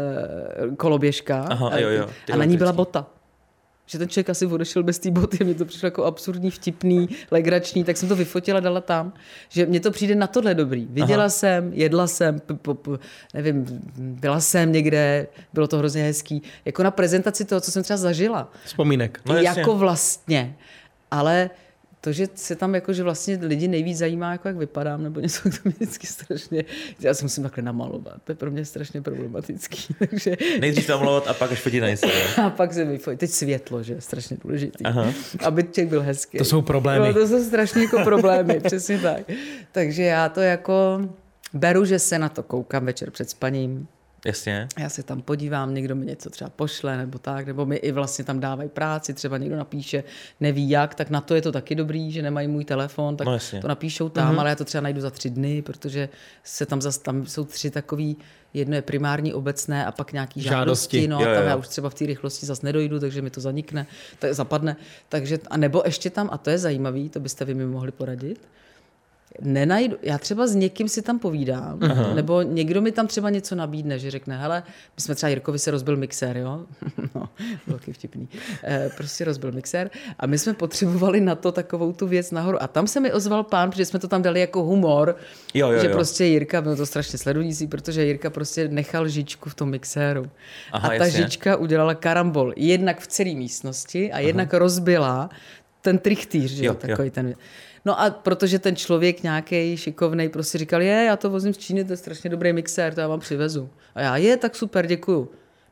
e, koloběžka Aha, jo, jo, a na ní byla bota. Že ten člověk asi odešel bez té boty, mně to přišlo jako absurdní, vtipný, legrační, tak jsem to vyfotila, dala tam, že mně to přijde na tohle dobrý. Viděla Aha. jsem, jedla jsem, p- p- p- nevím, byla jsem někde, bylo to hrozně hezký, jako na prezentaci toho, co jsem třeba zažila. Vzpomínek. No, jako vlastně, ale to, že se tam jako, že vlastně lidi nejvíc zajímá, jako jak vypadám, nebo něco, to mě vždycky strašně, já se musím takhle namalovat, to je pro mě strašně problematický. Takže... Nejdřív namalovat a pak až fotit na Instagram. A pak se vyfotit. Teď světlo, že je strašně důležitý. Aha. Aby člověk byl hezký. To jsou problémy. No, to jsou strašně jako problémy, přesně tak. Takže já to jako beru, že se na to koukám večer před spaním. Jasně. Já se tam podívám, někdo mi něco třeba pošle, nebo tak, nebo mi i vlastně tam dávají práci, třeba někdo napíše, neví jak, tak na to je to taky dobrý, že nemají můj telefon, tak no to napíšou tam, mm-hmm. ale já to třeba najdu za tři dny, protože se tam zase, tam jsou tři takový, jedno je primární, obecné a pak nějaký žádosti, žádosti no jo, a tam jo. já už třeba v té rychlosti zase nedojdu, takže mi to zanikne, tak zapadne, takže, a nebo ještě tam, a to je zajímavý, to byste vy mi mohli poradit, nenajdu, já třeba s někým si tam povídám, Aha. nebo někdo mi tam třeba něco nabídne, že řekne, hele, my jsme třeba Jirkovi se rozbil mixér, jo, no, velký vtipný, e, prostě rozbil mixér a my jsme potřebovali na to takovou tu věc nahoru a tam se mi ozval pán, protože jsme to tam dali jako humor, jo, jo, že jo. prostě Jirka, bylo to strašně sledující, protože Jirka prostě nechal žičku v tom mixéru Aha, a ta jasně. žička udělala karambol, jednak v celé místnosti a jednak Aha. rozbila ten trichtýř, že jo, takový jo. ten... No a protože ten člověk nějaký šikovnej prostě říkal, je, já to vozím z Číny, to je strašně dobrý mixér, to já vám přivezu. A já, je, tak super, děkuju.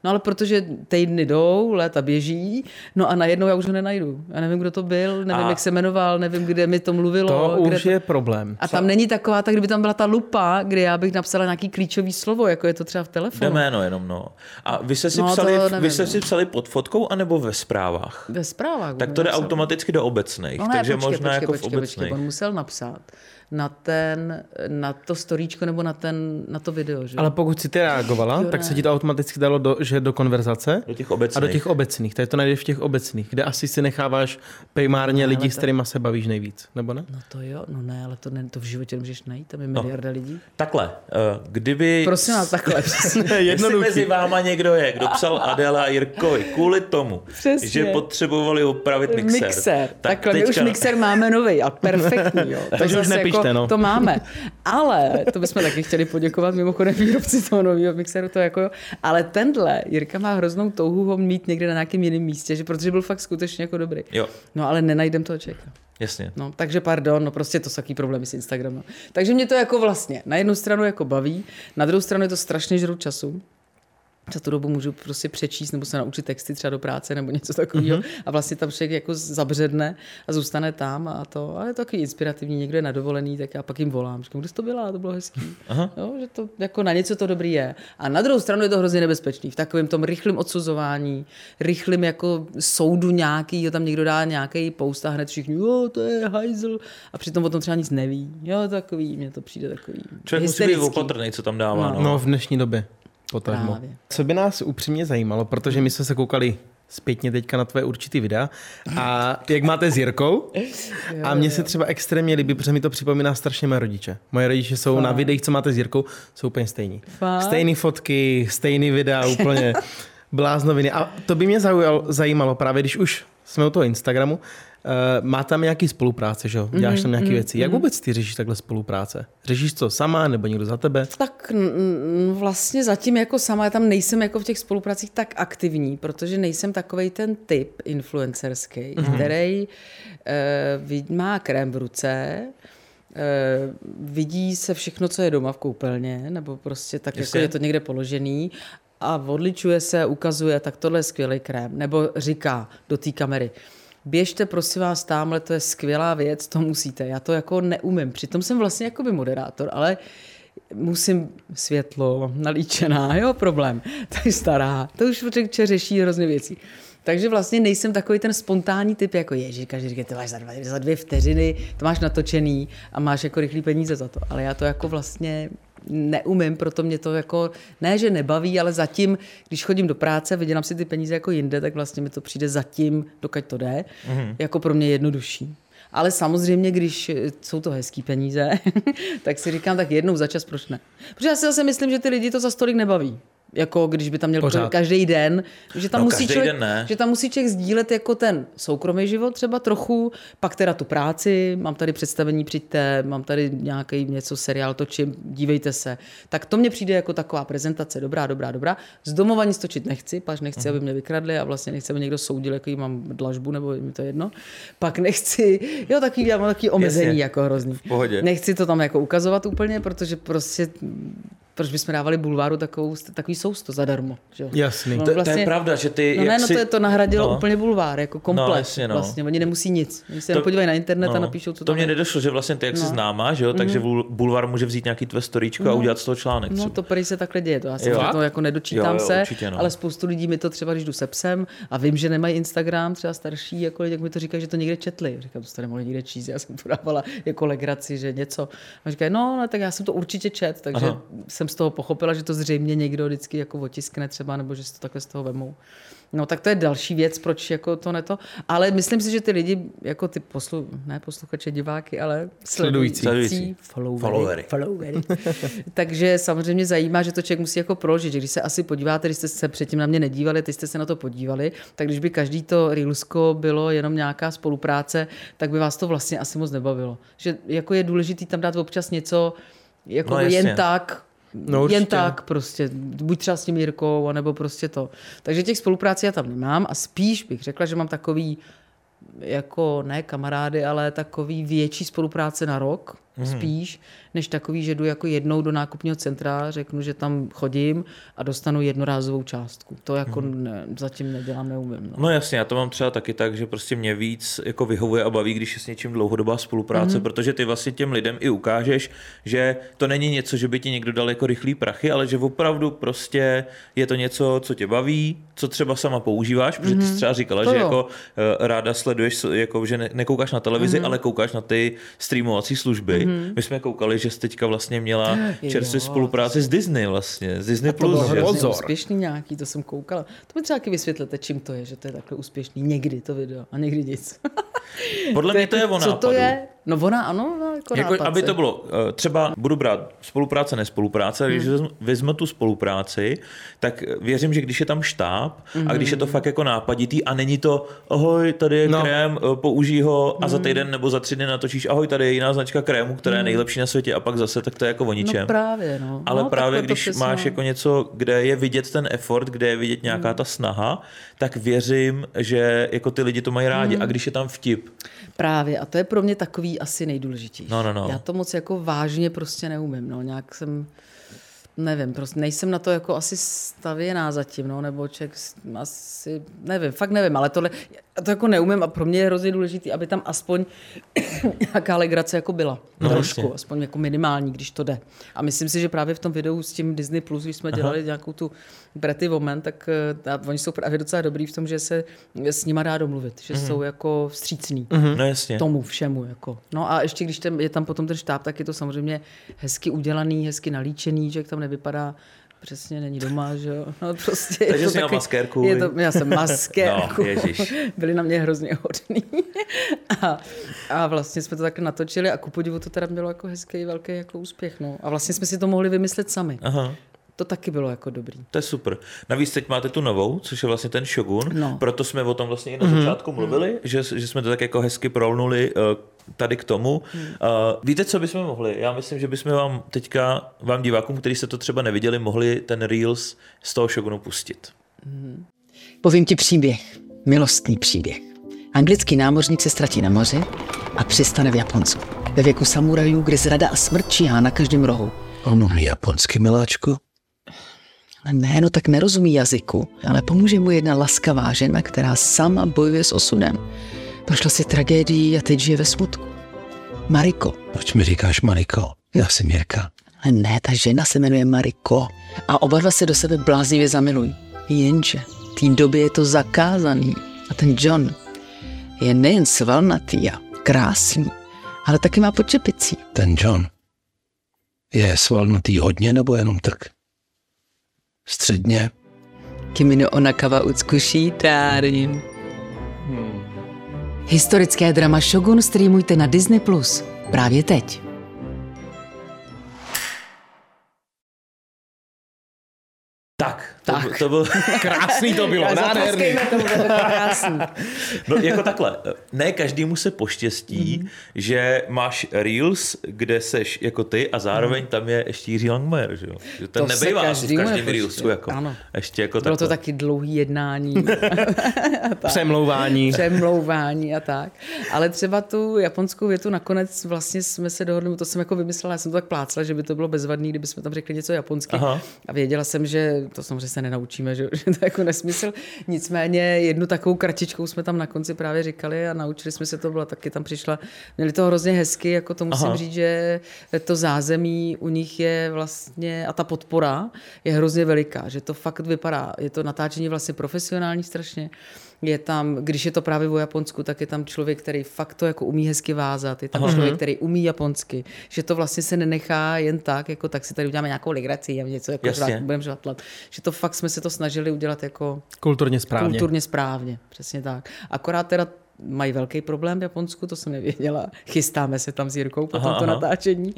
No ale protože týdny jdou, léta běží, no a najednou já už ho nenajdu. Já nevím, kdo to byl, nevím, a... jak se jmenoval, nevím, kde mi to mluvilo. To kde už to... je problém. A tam není taková, tak kdyby tam byla ta lupa, kde já bych napsala nějaký klíčový slovo, jako je to třeba v telefonu. Jméno jenom, no. A vy jste si, No, psali, to nevím, vy jste no. si psali pod fotkou, anebo ve zprávách? Ve zprávách. Tak to jde napsal. automaticky do obecných, No ne, takže počkej, možná počkej, jako počkej, v obecných. počkej, on musel napsat na, ten, na to storíčko nebo na, ten, na to video. Že? Ale pokud si ty reagovala, Jo, tak ne. se ti to automaticky dalo do, že do konverzace Do těch a obecných. do těch obecných. Tady to najdeš v těch obecných, kde asi si necháváš primárně No, lidi, ale s to- kterými se bavíš nejvíc, nebo ne? No to jo, no ne, ale to, ne, to v životě nemůžeš najít, tam je miliarda no. lidí. Takhle, eh, kdyby... Prosím vás, takhle přesně. Jestli mezi váma někdo je, kdo psal Adéla a Jirkovi kvůli tomu, Přesně. že potřebovali opravit mixér. Mixer. Tak Takhle, my už teďka- mixer máme nový a perfektní. Jo. To Takže už zase nepište, jako, no. To máme. Ale, to bychom taky chtěli poděkovat mimochodem výrobci toho nového mixeru, to jako jo. Ale tenhle, Jirka má hroznou touhu ho mít někde na nějakém jiném místě, že protože byl fakt skutečně jako dobrý. Jo, No ale nenajdem toho člověka. jasně. No, takže pardon, no prostě to jsou taky problémy s Instagramem. Takže mě to jako vlastně na jednu stranu jako baví, na druhou stranu je to strašně žrout času. Za tu dobu můžu prostě přečíst nebo se naučit texty třeba do práce nebo něco takového mm-hmm. a vlastně tam člověk jako zabředne a zůstane tam a to, ale je to takový inspirativní, někdo je na dovolený, tak já pak jim volám, říkám, kde jsi to byla, to bylo hezký. Aha. Jo, že to jako na něco to dobrý je. A na druhou stranu je to hrozně nebezpečný, v takovém tom rychlém odsuzování, rychlém jako soudu nějaký, jo, tam někdo dá nějaký post a hned všichni, jo, to je hajzl a přitom o tom třeba nic neví. Jo, takový, mně to přijde takový Člověk musí být hysterický. opatrný, co tam dává. No. No. No v dnešní době. Potažmo. Právě. Co by nás upřímně zajímalo, protože my jsme se koukali zpětně teďka na tvoje určitý videa a jak máte s Jirkou a mně se třeba extrémně líbí, protože mi to připomíná strašně moje rodiče. Moje rodiče jsou Fakt. na videích, co máte s Jirkou, jsou úplně stejní. Fakt? Stejný fotky, stejný videa, úplně bláznoviny. A to by mě zaujalo, zajímalo právě, když už jsme u toho Instagramu, Uh, má tam nějaký spolupráce, že jo? Děláš tam nějaké věci. Jak vůbec ty řešíš takhle spolupráce? Řešíš to sama nebo někdo za tebe? Tak n- vlastně zatím jako sama, já tam nejsem jako v těch spolupracích tak aktivní, protože nejsem takovej ten typ influencerský, mm-hmm. který uh, má krém v ruce, Uh, vidí se všechno, co je doma v koupelně, nebo prostě tak, Jasně. jako je to někde položený a odličuje se, ukazuje, tak tohle je skvělý krém, nebo říká do té kamery, běžte prosím vás tamhle, to je skvělá věc, to musíte. Já to jako neumím. Přitom jsem vlastně jakoby moderátor, ale musím světlo, nalíčená, jo, problém. To je stará, to už člověk řeší hrozně věcí. Takže vlastně nejsem takový ten spontánní typ, jako ježiš, každý říká, ty máš za, dva, za dvě vteřiny, to máš natočený a máš jako rychlý peníze za to. Ale já to jako vlastně neumím, proto mě to jako, ne, že nebaví, ale zatím, když chodím do práce, vydělám si ty peníze jako jinde, tak vlastně mi to přijde zatím, dokud to jde, mm-hmm. jako pro mě jednodušší. Ale samozřejmě, když jsou to hezký peníze, tak si říkám, tak jednou za čas, proč ne? Protože já si zase myslím, že ty lidi to za stolik nebaví. Jako když by tam měl Pořád. každý den, že tam, No, musí každý člověk, den ne. že tam musí člověk sdílet jako ten soukromý život třeba trochu, pak teda tu práci, mám tady představení, přijďte, mám tady nějaký něco, seriál točím, dívejte se. Tak to mně přijde jako taková prezentace, dobrá, dobrá, dobrá. Z domova nic točit nechci, pak nechci, uh-huh. aby mě vykradli a vlastně nechci, aby někdo soudil, jaký mám dlažbu, nebo mi to jedno. Pak nechci, jo, takový, já mám takový omezení Jasně. jako hrozný. V pohodě. Nechci to tam jako ukazovat úplně, protože prostě proč bychom dávali bulváru takovou, takový sousto zadarmo. Že? Jasný. No, To, vlastně, to je pravda, že ty... no jak ne, no si... to, je, to nahradilo no. úplně bulvár, jako komplet. No, jasně, no. Vlastně, oni nemusí nic. Oni se To- to, podívají na internet no. a napíšou, co To tam mě je. nedošlo, že vlastně ty, jak jsi No. známá, že jo, takže mm-hmm. Bulvar může vzít nějaký tvé storíčko a udělat z toho článek. No třeba. to prý se takhle děje, to já se Jo. to jako nedočítám Jo, jo, se, určitě, no. ale spoustu lidí mi to třeba, když jdu se psem a vím, že nemají Instagram, třeba starší, jako lidi, jak mi to říkají, že to někde četli. Říkám, to jste nemohli někde číst, já jsem to dávala jako legraci, že něco. A říkají, no, no, tak já jsem to určitě čet, takže Aha. jsem z toho pochopila, že to zřejmě někdo vždycky jako otiskne třeba, nebo že si to takhle z toho vemou. No tak to je další věc, proč jako to neto. Ale myslím si, že ty lidi, jako ty poslu, ne posluchače, diváky, ale Sledující. sledující, followery, Followery. followery. Takže samozřejmě zajímá, že to člověk musí jako prožít, že když se asi podíváte, když jste se předtím na mě nedívali, teď jste se na to podívali, tak když by každý to reelsko bylo jenom nějaká spolupráce, tak by vás to vlastně asi moc nebavilo. Že jako je důležitý tam dát občas něco jako No, no, jasně. jen tak, No, jen určitě. tak prostě, buď třeba s tím Jirkou, anebo prostě to. Takže těch spoluprácí já tam nemám a spíš bych řekla, že mám takový jako ne kamarády, ale takový větší spolupráce na rok, mm. spíš, než takový, že jdu jako jednou do nákupního centra, řeknu, že tam chodím a dostanu jednorázovou částku. To jako mm. ne, zatím nedělám, neumím. No. no jasně, já to mám třeba taky tak, že prostě mě víc jako vyhovuje a baví, když je s něčím dlouhodobá spolupráce, mm. protože ty vlastně těm lidem i ukážeš, že to není něco, že by ti někdo dal jako rychlý prachy, ale že opravdu prostě je to něco, co tě baví, co třeba sama používáš, protože ty jsi třeba říkala, to že jo. jako uh, ráda sleduješ, jako, že ne, nekoukáš na televizi, mm. ale koukáš na ty streamovací služby. Mm. My jsme koukali, že jsi teďka vlastně měla čerstvě spolupráci s Disney vlastně, s Disney a to Plus. bylo hrozně úspěšný nějaký, to jsem koukala. To mi třeba taky vysvětlete, čím to je, že to je takhle úspěšný. Někdy to video a někdy nic. Podle mě to je o nápadu. Co to je? No ona, ano, no, jako, jako nápad. Aby to bylo, třeba budu brát spolupráce, nespolupráce, hmm. když vezmu tu spolupráci, tak věřím, že když je tam štáb hmm. a když je to fakt jako nápaditý a není to ahoj, tady je no. krém, použij ho a hmm. za týden nebo za tři dny natočíš ahoj, tady je jiná značka krému, která je nejlepší na světě a pak zase, tak to je jako o ničem. No právě, no. Ale no, právě když máš jako něco, kde je vidět ten effort, kde je vidět nějaká hmm. ta snaha, tak věřím, že jako ty lidi to mají rádi hmm. a když je tam vtip. Právě a to je pro mě takový asi nejdůležitější. No, no, no. Já to moc jako vážně prostě neumím, no, nějak jsem, nevím, prostě nejsem na to jako asi stavěná zatím, no, nebo člověk asi, nevím, fakt nevím, ale tohle, já to jako neumím a pro mě je hrozně důležitý, aby tam aspoň nějaká legrace jako byla, no, trošku, vlastně. Aspoň jako minimální, když to jde. A myslím si, že právě v tom videu s tím Disney Plus, když jsme Aha. dělali nějakou tu Pretty Woman, tak a oni jsou právě docela dobrý v tom, že se s nima dá domluvit, že mm. jsou jako vstřícní mm. no, jasně. tomu všemu. Jako. No a ještě když ten, je tam potom ten štáb, tak je to samozřejmě hezky udělaný, hezky nalíčený, že tam nevypadá přesně není doma, že jo. No prostě takže je to jsi taky, maskérku. Je to, já jsem maskérku. No, ježiš. Byli na mě hrozně hodný. A, a vlastně jsme to takhle natočili a ku podivu to teda bylo jako hezký, velký jako úspěch. No. A vlastně jsme si to mohli vymyslet sami. Aha. To taky bylo jako dobrý. To je super. Navíc teď máte tu novou, což je vlastně ten Shogun. No. Proto jsme o tom vlastně i na Mhm. začátku mm. mluvili, že, že jsme to tak jako hezky prolnuli uh, tady k tomu. Mm. Uh, víte, co bychom mohli? Já myslím, že bychom vám teďka, vám divákům, kteří se to třeba neviděli, mohli ten Reels z toho Shogunu pustit. Mm. Povím ti příběh. Milostný příběh. Anglický námořník se ztratí na moři a přistane v Japonsku. Ve věku samurajů, kde zrada a smrt číhá na každém rohu. On umí japonsky, miláčku? Ne, no tak nerozumí jazyku, ale pomůže mu jedna laskavá žena, která sama bojuje s osudem. Prošla si tragédií a teď žije ve smutku. Mariko. Proč mi říkáš Mariko? Já jsem Jirka. Ne, ta žena se jmenuje Mariko. A oba dva se do sebe bláznivě zamilují. Jenže v té době je to zakázaný. A ten John je nejen svalnatý a krásný, ale taky má počepicí. Ten John je svalnatý hodně nebo jenom tak? Středně? Kimi no onaka wa utsukushii, darling. Hmm. Historické drama Shogun streamujte na Disney Plus. Právě teď. Tak, Tak. To, to byl Krásný to bylo, nádherný. To bylo krásný. No jako takhle, ne každému se poštěstí, mm. že máš Reels, kde seš jako ty a zároveň mm. tam je ještě Jiří Langmajer, že jo? Ten To nebejvá asi v každém Reelsu, jako. Ano. Ještě jako bylo takhle. to taky dlouhý jednání. Přemlouvání. Přemlouvání a tak. Ale třeba tu japonskou větu nakonec vlastně jsme se dohodli, to jsem jako vymyslela, já jsem to tak plácla, že by to bylo bezvadný, kdyby jsme tam řekli něco japonsky. Aha. A věděla jsem, že to samozřejmě se nenaučíme, že, že to je jako nesmysl. Nicméně jednu takovou kratičkou jsme tam na konci právě říkali a naučili jsme se to, byla taky tam přišla. Měli to hrozně hezky, jako to musím Aha. říct, že to zázemí u nich je vlastně, a ta podpora je hrozně veliká, že to fakt vypadá, je to natáčení vlastně profesionální strašně. Je tam, když je to právě o Japonsku, tak je tam člověk, který fakt to jako umí hezky vázat. Je tam Aha. člověk, který umí japonsky. Že to vlastně se nenechá jen tak, jako tak si tady uděláme nějakou legraci a něco jako žvat, budeme žvatlat. Že to fakt jsme se to snažili udělat jako kulturně správně. Kulturně správně, přesně tak. Akorát teda mají velký problém v Japonsku, to jsem nevěděla. Chystáme se tam s Jirkou po aha, tomto aha. natáčení.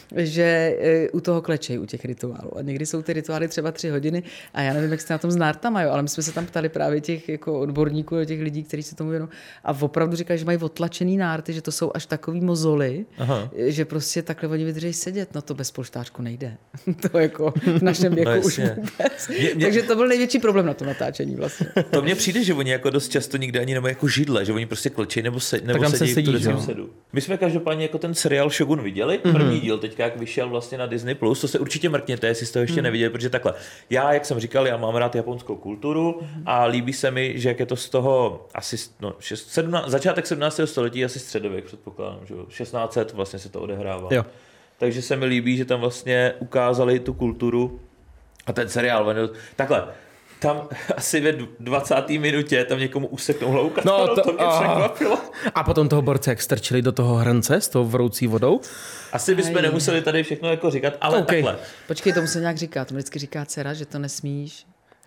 že u toho klečej, u těch rituálů. A někdy jsou ty rituály třeba tři hodiny a já nevím, jak jste na tom s nártama, jo, ale my jsme se tam ptali právě těch jako odborníků, těch lidí, kteří se tomu věnují. A opravdu říkají, že mají otlačený nárty, že to jsou až takový mozoly, Aha. že prostě takhle oni vydrží sedět. No to bez polštářku nejde. To jako v našem věku no už vůbec. Mě, mě... Takže to byl největší problém na to natáčení vlastně. To mně přijde, že oni jako dost často nikdy ani nemají jako židle, že oni prostě klečí nebo, se, nebo sedí, se sedí v tureckém sedu. My jsme každopádně jako ten seriál Shogun viděli, mm-hmm. první díl teďka, jak vyšel vlastně na Disney plus, to se určitě mrkněte, jestli jste ho ještě mm. neviděli, protože takhle. Já, jak jsem říkal, já mám rád japonskou kulturu mm. a líbí se mi, že jak je to z toho asi no, šest, sedmnáct, začátek sedmnáctého století, asi středověk předpokládám, že šestnáct set vlastně se to odehrává. Jo. Takže se mi líbí, že tam vlastně ukázali tu kulturu a ten seriál. Takhle, tam asi ve dvacáté minutě tam někomu useknou hlavu katarou, no, to, to mě a, překvapilo. A potom toho borce jak strčili do toho hrnce s tou vroucí vodou. Asi bychom nemuseli tady všechno jako říkat, ale okay. takhle. Počkej, tomu se nějak říká, to vždycky říká dcera, že to nesmíš.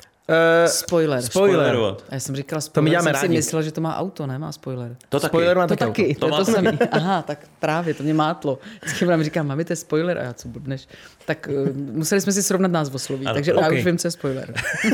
Uh, spoiler. Spoiler. A já jsem říkala spoiler, to jsem rádi. si myslela, že to má auto, ne? Má spoiler. To taky. Spoiler má to taky. taky. To, to, to samý. Aha, tak právě, to mě mátlo. Vždycky vám říkám, mami, to je spoiler, a já co blbneš. Tak uh, museli jsme si srovnat názvosloví, ano, takže okay. já už vím, co je spoiler.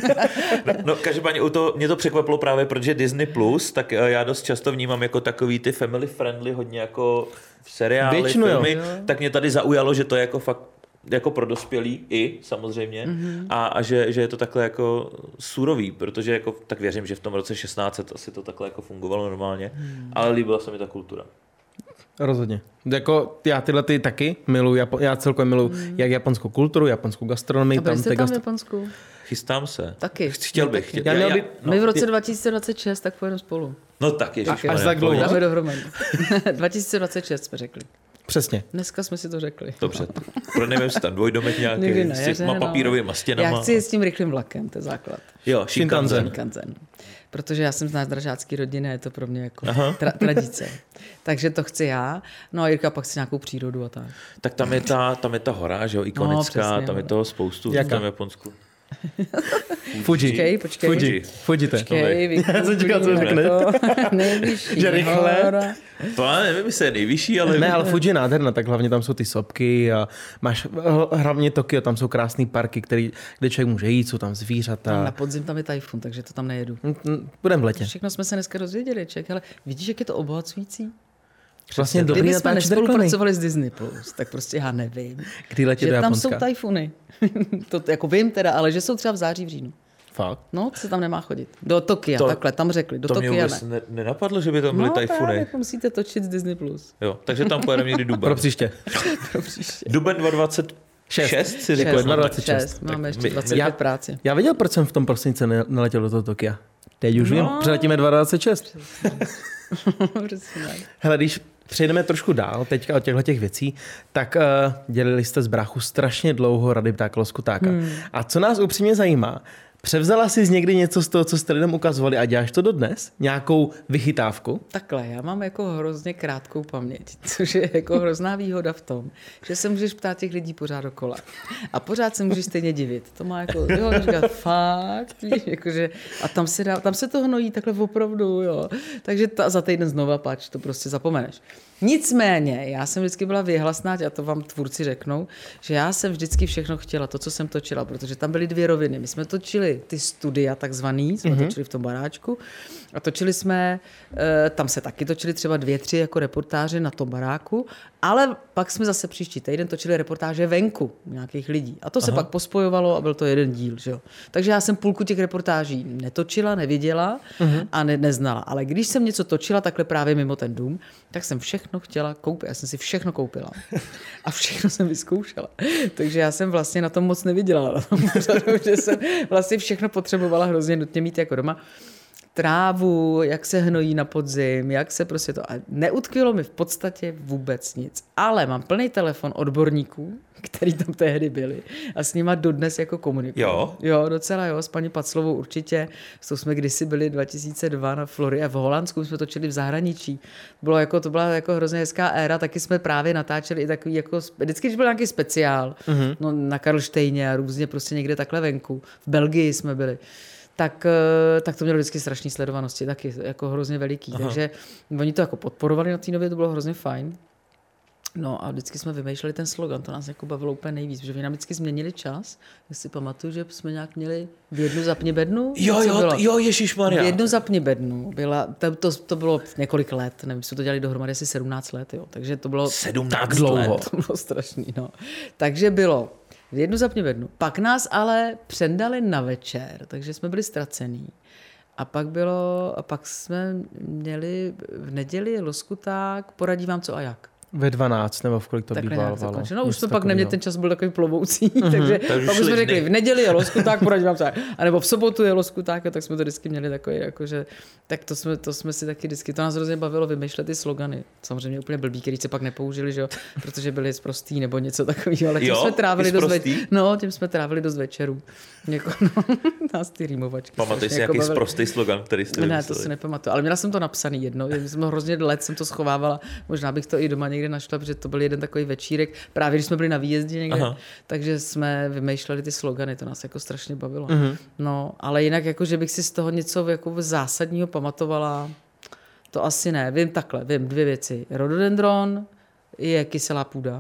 no, no, každopádně to, mě to překvapilo právě, protože Disney Plus, tak uh, já dost často vnímám jako takový ty family friendly, hodně jako seriály, Většinu, filmy, jo. tak mě tady zaujalo, že to je jako fakt jako pro dospělí i samozřejmě mm-hmm. a, a že, že je to takhle jako surový, protože jako, tak věřím, že v tom roce šestnáct set asi to takhle jako fungovalo normálně, mm. ale líbila se mi ta kultura. Rozhodně. Jako já tyhle ty taky miluji, Japo- já celkově miluji mm. jak japonskou kulturu, japonskou gastronomii. A byli jste tam, tam v Japonsku? Chystám se. Taky. Chtěl bych. Taky. Já, já, já, no. My v roce dva tisíce dvacet šest tak pojedeme spolu. No tak ježiš. Až tak dlouho. Dáme dohromady. dva tisíce dvacet šest jsme řekli. Přesně. Dneska jsme si to řekli. Dobře. Pronajmeme si tam dvojdomek nějaký ne, s těma papírovými stěnama. Já chci jít s tím rychlým vlakem, to je základ. Jo, Shinkansen. Shinkansen. Protože já jsem z nádražácký rodiny, je to pro mě jako tra- tradice. Takže to chci já. No a Jirka pak chce nějakou přírodu a tak. Tak tam je ta, tam je ta hora, že jo, ikonická, no, přesně, tam je toho spoustu v tom Japonsku. Fuji. Počkej, počkej. Fuji. Fuji. Počkej, já jsem čekal, co řekne. Nejvyšší že rychle. hora. To já nevím, jestli je nejvyšší, ale... Ne, ale Fuji je nádherná, tak hlavně tam jsou ty sopky a máš hlavně Tokio, tam jsou krásný parky, který, kde člověk může jít, jsou tam zvířata. Tam na podzim tam je tajfun, takže to tam nejedu. Budem v letě. Všechno jsme se dneska dozvěděli, ček, ale vidíš, jak je to obohacující? Vlastně dobrý Kdyby jsme natáčet nespolupracovali s Disney plus, tak prostě já nevím. Kdy letí že do tam Japonska? jsou tajfuny. To jako vím teda, ale že jsou třeba v září, v říjnu. Fakt? No, se tam nemá chodit. Do Tokia, to, takhle, tam řekli. Do to Tokia mě vůbec ne. nenapadlo, že by tam byly no, tajfuny. No, musíte točit s Disney plus. Jo, takže tam pojedeme někdy duben. Pro příště. Pro příště. Duben dva tisíce dvacet šest si řekl, dva tisíce dvacet šest. Máme ještě dvacet pět práci. Já věděl, proč jsem v tom prosince neletěl do toho Tokia. Teď už no. vím, přeletíme dvacet dvacet šest. Hele, když přejdeme trošku dál teďka od těchto těch věcí, tak uh, dělili jste z bráchu strašně dlouho Rady ptáka Loskutáka. Hmm. A co nás upřímně zajímá, převzala jsi někdy něco z toho, co jste lidem ukazovali a děláš to dodnes? Nějakou vychytávku? Takhle, já mám jako hrozně krátkou paměť, což je jako hrozná výhoda v tom, že se můžeš ptát těch lidí pořád dokola. A pořád se můžeš stejně divit. To má jako, jo, říkat, fakt, víš, jakože, a tam se, dá, tam se to hnojí takhle opravdu, jo. Takže ta, za týden znova pač, to prostě zapomeneš. Nicméně, já jsem vždycky byla věhlasná, a to vám tvůrci řeknou, že já jsem vždycky všechno chtěla, to, co jsem točila, protože tam byly dvě roviny. My jsme točili ty studia takzvaný, jsme mm-hmm. točili v tom baráčku a točili jsme, tam se taky točili třeba dvě, tři jako reportáže na tom baráku, ale pak jsme zase příští týden točili reportáže venku nějakých lidí. A to se Aha. pak pospojovalo a byl to jeden díl. Že jo? Takže já jsem půlku těch reportáží netočila, neviděla mm-hmm. a ne, neznala. Ale když jsem něco točila takhle právě mimo ten dům, tak jsem všechno chtěla koupit. Já jsem si všechno koupila. A všechno jsem vyzkoušela. Takže já jsem vlastně na tom moc neviděla. Na tom pořadu, že jsem vlastně všechno potřebovala hrozně nutně mít jako doma. Trávu, jak se hnojí na podzim, jak se prostě to... A neutkvělo mi v podstatě vůbec nic. Ale mám plný telefon odborníků, který tam tehdy byli a s nima dodnes jako komunikuju. Jo? Jo, docela jo, s paní Paclovou určitě. S tou jsme kdysi byli dva tisíce dva na Florii a v Holandsku jsme točili v zahraničí. Bylo jako, to byla jako hrozně hezká éra, taky jsme právě natáčeli i takový jako... Vždycky, když byl nějaký speciál, mm-hmm. no, na Karlštejně a různě prostě někde takhle venku. V Belgii jsme byli. Tak, tak to mělo vždycky strašné sledovanosti, taky jako hrozně veliký. Aha. Takže oni to jako podporovali na té době, to bylo hrozně fajn. No a vždycky jsme vymýšleli ten slogan, to nás jako bavilo úplně nejvíc, protože nám vždycky změnili čas. Já si pamatuju, že jsme nějak měli v jednu zapni bednu. Jo, jo, jo, ježišmarja. V jednu zapni bednu. Byla, to, to, to bylo několik let, nevím, jsme to dělali dohromady asi sedmnáct let, jo. Takže to bylo sedmnáct tak dlouho. let. To bylo strašný, no. Takže bylo v jednu zapni bednu. Pak nás ale přendali na večer, takže jsme byli ztracení. A pak bylo, a pak jsme měli v neděli Loskuták, poradí vám co a jak. Ve dvanáct nebo v kolik to Takhle bývalo. No už jsme pak neměli, ten čas byl takový plovoucí, mm-hmm. takže tak pak jsme řekli, dny. v neděli je Loskuták, poradí vám co a jak. A nebo v sobotu je Loskuták, tak jsme to vždycky měli takový, jakože, tak to jsme, to jsme si taky vždycky, to nás hrozně bavilo vymýšlet ty slogany. Samozřejmě úplně blbý, který se pak nepoužili, že jo, protože byli sprostý nebo něco takového, ale tím jo, jsme trávili dost sprostý? ve... No, tím jsme trávili dost večerů. Jako, no, nás ty rýmovačky. Pamatuješ si jako nějaký bavili. sprostý slogan, který jste Ne, vymysleli? to si nepamatuju, ale měla jsem to napsaný jedno. Já jsem hrozně let jsem to schovávala. Možná bych to i doma někde našla, protože to byl jeden takový večírek, právě když jsme byli na výjezdě někde, Aha. takže jsme vymýšleli ty slogany, to nás jako strašně bavilo. Mhm. No, ale jinak jako, že bych si z toho něco jako zásadního pamatovala, to asi ne. Vím takhle, vím dvě věci. Rhododendron je kyselá půda.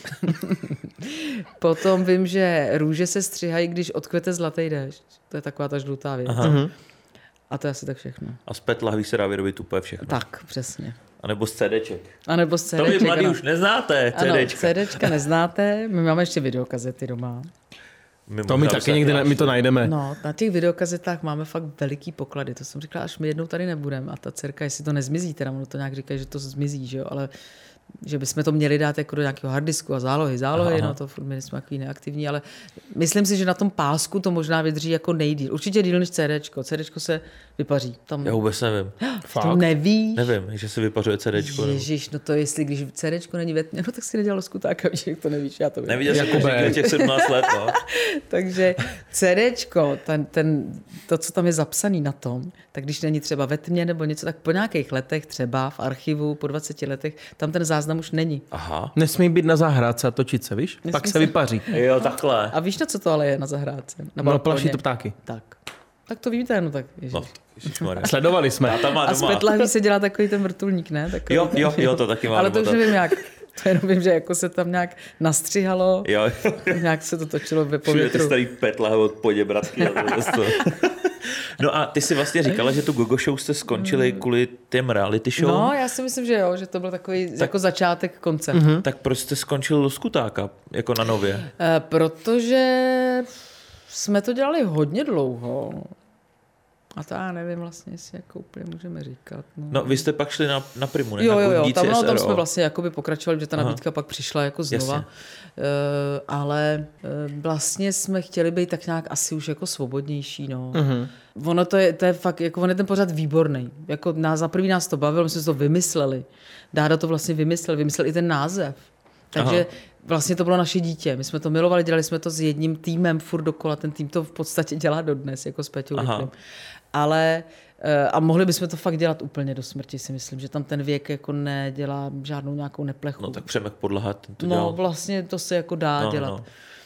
Potom vím, že růže se střihají, když odkvete zlatý déšť. To je taková ta žlutá věc. Aha. A to je asi tak všechno. A z pet lahví se dá vyrobit úplně všechno. Tak, přesně. A nebo z CDček. A nebo z To vy CDček. mladí ano. už neznáte, Ano, CDčka. CDčka neznáte, my máme ještě videokazety doma. My To my možná taky byste někdy, taky ne, my to najdeme. No, na těch videokazetách máme fakt veliký poklady, to jsem říkala, až my jednou tady nebudeme a ta dcerka, jestli to nezmizí, teda ono to nějak říkají, že to zmizí, že jo, ale že bychom to měli dát jako do nějakého harddisku a zálohy, zálohy, Aha. no to furt my jsme takový neaktivní, ale myslím si, že na tom pásku to možná vydrží jako nejdýl. Určitě díl než CDčko, CDčko se vypaří. Tam, Já vůbec nevím. to nevíš. Nevím, že se vypařuje CDčko. nebo- Ježíš, no to jestli, když CDčko není ve tmě, no tak si nedělalo skutáka, víš, jak to nevíš, já to vím. Neviděl jsem Jakube. Jakube. těch sedmnáct let, no. Takže CDčko, ten, ten, to, co tam je zapsaný na tom, tak když není třeba ve tmě nebo něco, tak po nějakých letech, třeba v archivu, po dvaceti letech, tam ten záznam už není. Aha. Nesmí být na zahrádce a točit se, víš? Nesmí Pak se se. vypaří. Jo, takhle. A víš, na co to ale je na zahrádce? Na No, balkoně? plaší to ptáky. Tak. Tak to víte, no tak ježiš. No, ježišmarja. Sledovali jsme. Táta má A z doma. petlahví se dělá takový ten vrtulník, ne? Takový Jo, ten, jo, jo, to taky má ale to doma, už tak. nevím jak. To jenom vím, že jako se tam nějak nastřihalo, Jo, nějak se to točilo ve všude ty povětru. starý petlah od Poděbradky. a to- to- No a ty si vlastně říkala, že tu Gogo Show jste skončili kvůli těm reality show. No, já si myslím, že jo, že to byl takový tak, jako začátek konce. Mm-hmm. Tak proč jste skončil Loskutáka jako na Nově? Eh, Protože jsme to dělali hodně dlouho. A to já nevím vlastně, jestli jako úplně můžeme říkat. No, No, vy jste pak šli na, na Primu, ne? jo, na jo, jo, Díci tam, no, tam S R O. jsme vlastně jakoby pokračovali, že ta nabídka pak přišla jako znova. Jasně. E, ale e, vlastně jsme chtěli být tak nějak asi už jako svobodnější, no. Mhm. Ono to je, to je fakt, jako on je ten pořad výborný. Jako nás, za první nás to bavilo, my jsme si to vymysleli. Dáda to vlastně vymyslel, vymyslel i ten název. Takže Aha. vlastně to bylo naše dítě. My jsme to milovali, dělali jsme to s jedním týmem furt dokola. Ten tým to v podstatě dělá dodnes, jako s Peťou Aha. Litlým. Ale eh, a mohli bychom to fakt dělat úplně do smrti, si myslím, že tam ten věk jako nedělá žádnou nějakou neplechu. No tak Přemek Podlaha ten to no dělal. vlastně to se jako dá No, dělat. no.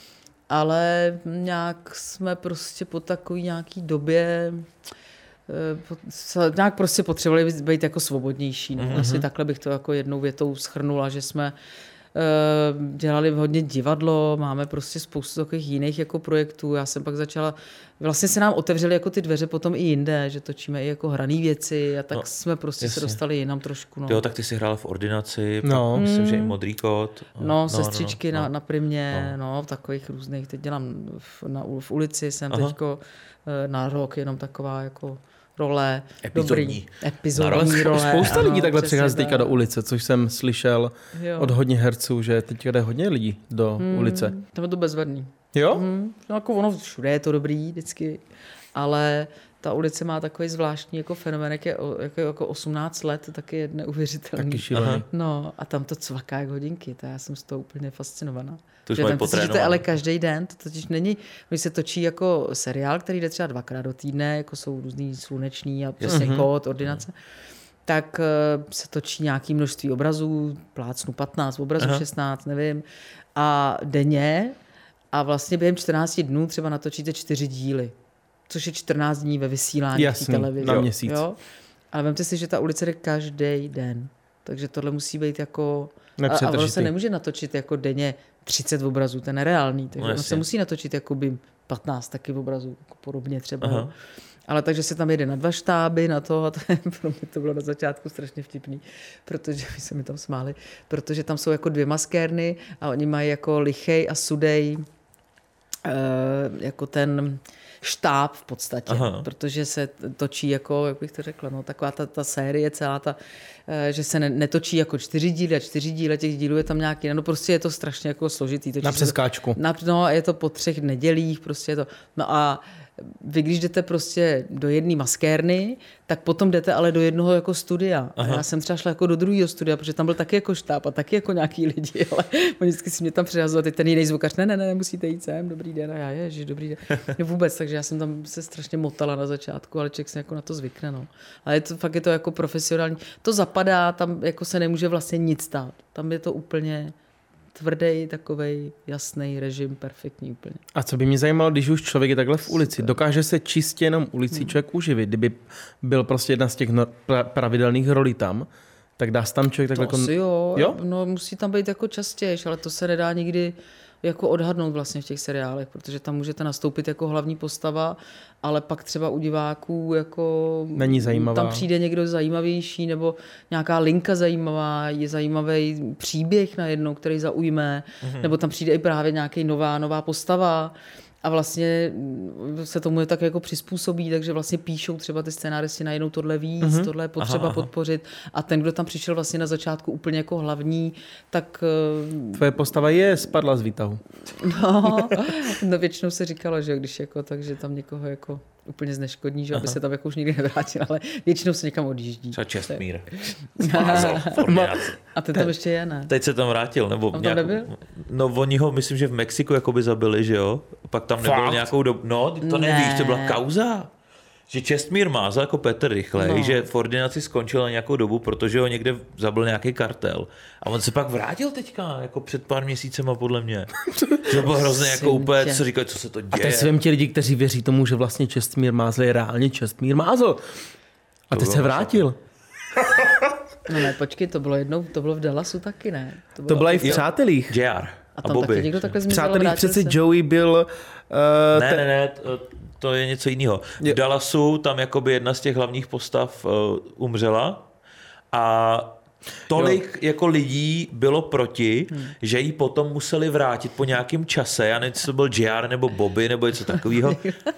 Ale nějak jsme prostě po takové nějaký době eh, po- se- nějak prostě potřebovali být- být jako svobodnější. No. Mhm. Asi takhle bych to jako jednou větou shrnula, že jsme eh, dělali hodně divadlo, máme prostě spoustu takových jiných jako projektů. Já jsem pak začala, vlastně se nám otevřely jako ty dveře potom i jinde, že točíme i jako hraný věci a tak No, jsme prostě jasně. se dostali jinam trošku. No. Jo, tak ty jsi hrála v Ordinaci, No. pak myslím, že i Modrý kot. No, sestřičky na, no. na Primě, no. no, v takových různých, teď dělám v, na, v ulici, jsem Aha. teďko eh, na rok, jenom taková jako role. Epizodní. Dobrý, Na epizodní Ale role. spou- spousta ano, lidí takhle přesně přichází teďka tak. do ulice, což jsem slyšel Jo. od hodně herců, že teďka jde hodně lidí do ulice. Tam je to bezvadný. Jo? Hmm, no, jako ono všude je to dobrý vždycky, ale ta ulice má takový zvláštní jako fenomén, jak je o- jako, jako osmnáct let, tak je neuvěřitelný. Taky šílený. No a tam to cvaká jak hodinky, to já jsem z toho úplně fascinovaná. To už Že mají vemte si, že to je potrénované. ale každý den, to totiž není, když se točí jako seriál, který jde třeba dvakrát do týdne, jako jsou různý sluneční a přesně kód, ordinace, tak eh, se točí nějaké množství obrazů, plácnu patnáct obrazů, Aha. šestnáct, nevím, a denně a vlastně během čtrnácti dnů třeba natočíte čtyři díly, což je čtrnáct dní ve vysílání v té Jasný, televizi. na měsíc. Jo? Ale vemte si, že ta ulice jde každý den. Takže tohle musí být jako... A, a ono se nemůže natočit jako denně třicet obrazů, to je nereálný. Takže no, ono se musí natočit jakoby patnáct taky obrazů, jako podobně třeba. Aha. Ale takže se tam jede na dva štáby, na to, a to, je, pro mě to bylo na začátku strašně vtipný, protože my se mi tam smáli, protože tam jsou jako dvě maskérny a oni mají jako lichej a sudej e, jako ten štáb v podstatě, aha. protože se točí jako, jak bych to řekla, no, taková ta, ta série celá ta, e, že se ne, netočí jako čtyři díly a čtyři díly, těch dílů je tam nějaký, no prostě je to strašně jako složitý. Točí na přeskáčku. Na, no, je to po třech nedělích, prostě je to, no a vy, když jdete prostě do jedné maskérny, tak potom jdete ale do jednoho jako studia. Aha. A já jsem třeba šla jako do druhého studia, protože tam byl taky jako štáb a taky jako nějaký lidi, ale oni vždycky si mě tam přihazovali, teď ten jiný zvukař, ne, ne, ne, musíte jít sem, dobrý den, a já, ježiš, dobrý den. No vůbec, takže já jsem tam se strašně motala na začátku, ale člověk se jako na to zvykne, no. Ale je to, fakt je to jako profesionální. To zapadá, tam jako se nemůže vlastně nic stát. Tam je to úplně tvrdý, takovej jasný režim, perfektní úplně. A co by mě zajímalo, když už člověk je takhle v ulici, dokáže se čistě jenom ulici hmm. člověk uživit? Kdyby byl prostě jedna z těch no, pra, pravidelných rolí tam, tak dá se tam člověk takhle... To asi jo, jo, no musí tam být jako častějš, ale to se nedá nikdy jako odhadnout vlastně v těch seriálech, protože tam můžete nastoupit jako hlavní postava, ale pak třeba u diváků jako není zajímavá. Tam přijde někdo zajímavější nebo nějaká linka zajímavá, je zajímavý příběh najednou, který zaujme, mm-hmm. nebo tam přijde i právě nějaký nová, nová postava a vlastně se tomu je tak jako přizpůsobí, takže vlastně píšou třeba ty scénáristi najednou tohle víc, mm-hmm. tohle je potřeba aha, aha. podpořit a ten, kdo tam přišel vlastně na začátku úplně jako hlavní, tak... Tvoje postava je spadla z výtahu. No, no většinou se říkalo, že když jako, takže tam někoho jako úplně zneškodní, že aby se tam jako už nikdy nevrátil, ale většinou se někam odjíždí. Třeba Čestmír. A ten tam ještě je, ne? Teď se tam vrátil, nebo nějak... nebyl? No oni ho, myslím, že v Mexiku jakoby zabili, že jo? Pak tam nebyl fakt? Nějakou dobu. No, to ne. Nevíš, to byla kauza. Že Čestmír Mázl jako Petr Rychlej, no. že v ordinaci skončil na nějakou dobu, protože ho někde zabil nějaký kartel. A on se pak vrátil teďka, jako před pár měsícema podle mě. To bylo hrozně jako úplně, co říkají, co se to děje. A teď si vem ti lidi, kteří věří tomu, že vlastně Čestmír Mázl je reálně Čestmír Mázl. A teď se vrátil. No ne, počkej, to bylo jednou, to bylo v Dallasu taky, ne? To bylo, to bylo i v Přátelích. J R. A tam a taky někdo takhle zmizel. V Přátelích přece se... Joey byl... Uh, ne, te... ne, ne, to, to je něco jiného. V Dallasu tam jakoby jedna z těch hlavních postav uh, umřela a tolik jo. jako lidí bylo proti, hmm. že ji potom museli vrátit po nějakém čase. Já nevím, jestli to byl J R nebo Bobby nebo něco takového.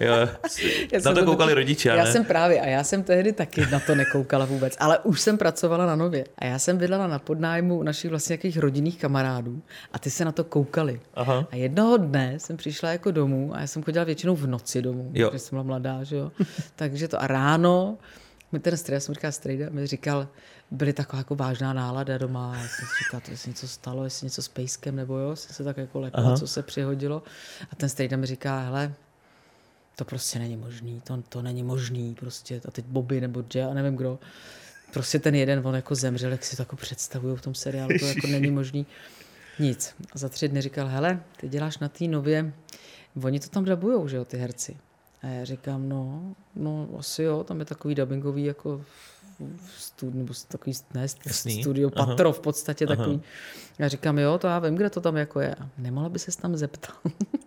Na to koukali rodiče, Já ne? jsem právě a já jsem tehdy taky na to nekoukala vůbec, ale už jsem pracovala na Nově. A já jsem bydlela na podnájmu našich vlastně nějakých rodinných kamarádů a ty se na to koukali. Aha. A jednoho dne jsem přišla jako domů a já jsem chodila většinou v noci domů, jo. protože jsem byla mladá, že jo. Takže to a ráno mi ten strejda, jsem říkala strejda, mi říkal, byly taková jako vážná nálada doma. Já jsem si říkala, jestli něco stalo, jestli něco s pejskem, nebo jo, jsem se tak jako lekla, co se přihodilo. A ten strejda mi říká, hele, to prostě není možný, to, to není možný, prostě. A teď Bobby nebo Jay, a nevím kdo. Prostě ten jeden, on jako zemřel, jak si to jako představují v tom seriálu, to jako není možný. Nic. A za tři dny říkal, hele, ty děláš na té Nově, oni to tam dabujou, že jo, ty herci. A já říkám, no, no asi jo, tam je takový dubbingový jako studio, nebo takový, ne, studio patro v podstatě aha. takový. Já říkám, jo, to já vím, kde to tam jako je. A nemohla by ses tam zeptat,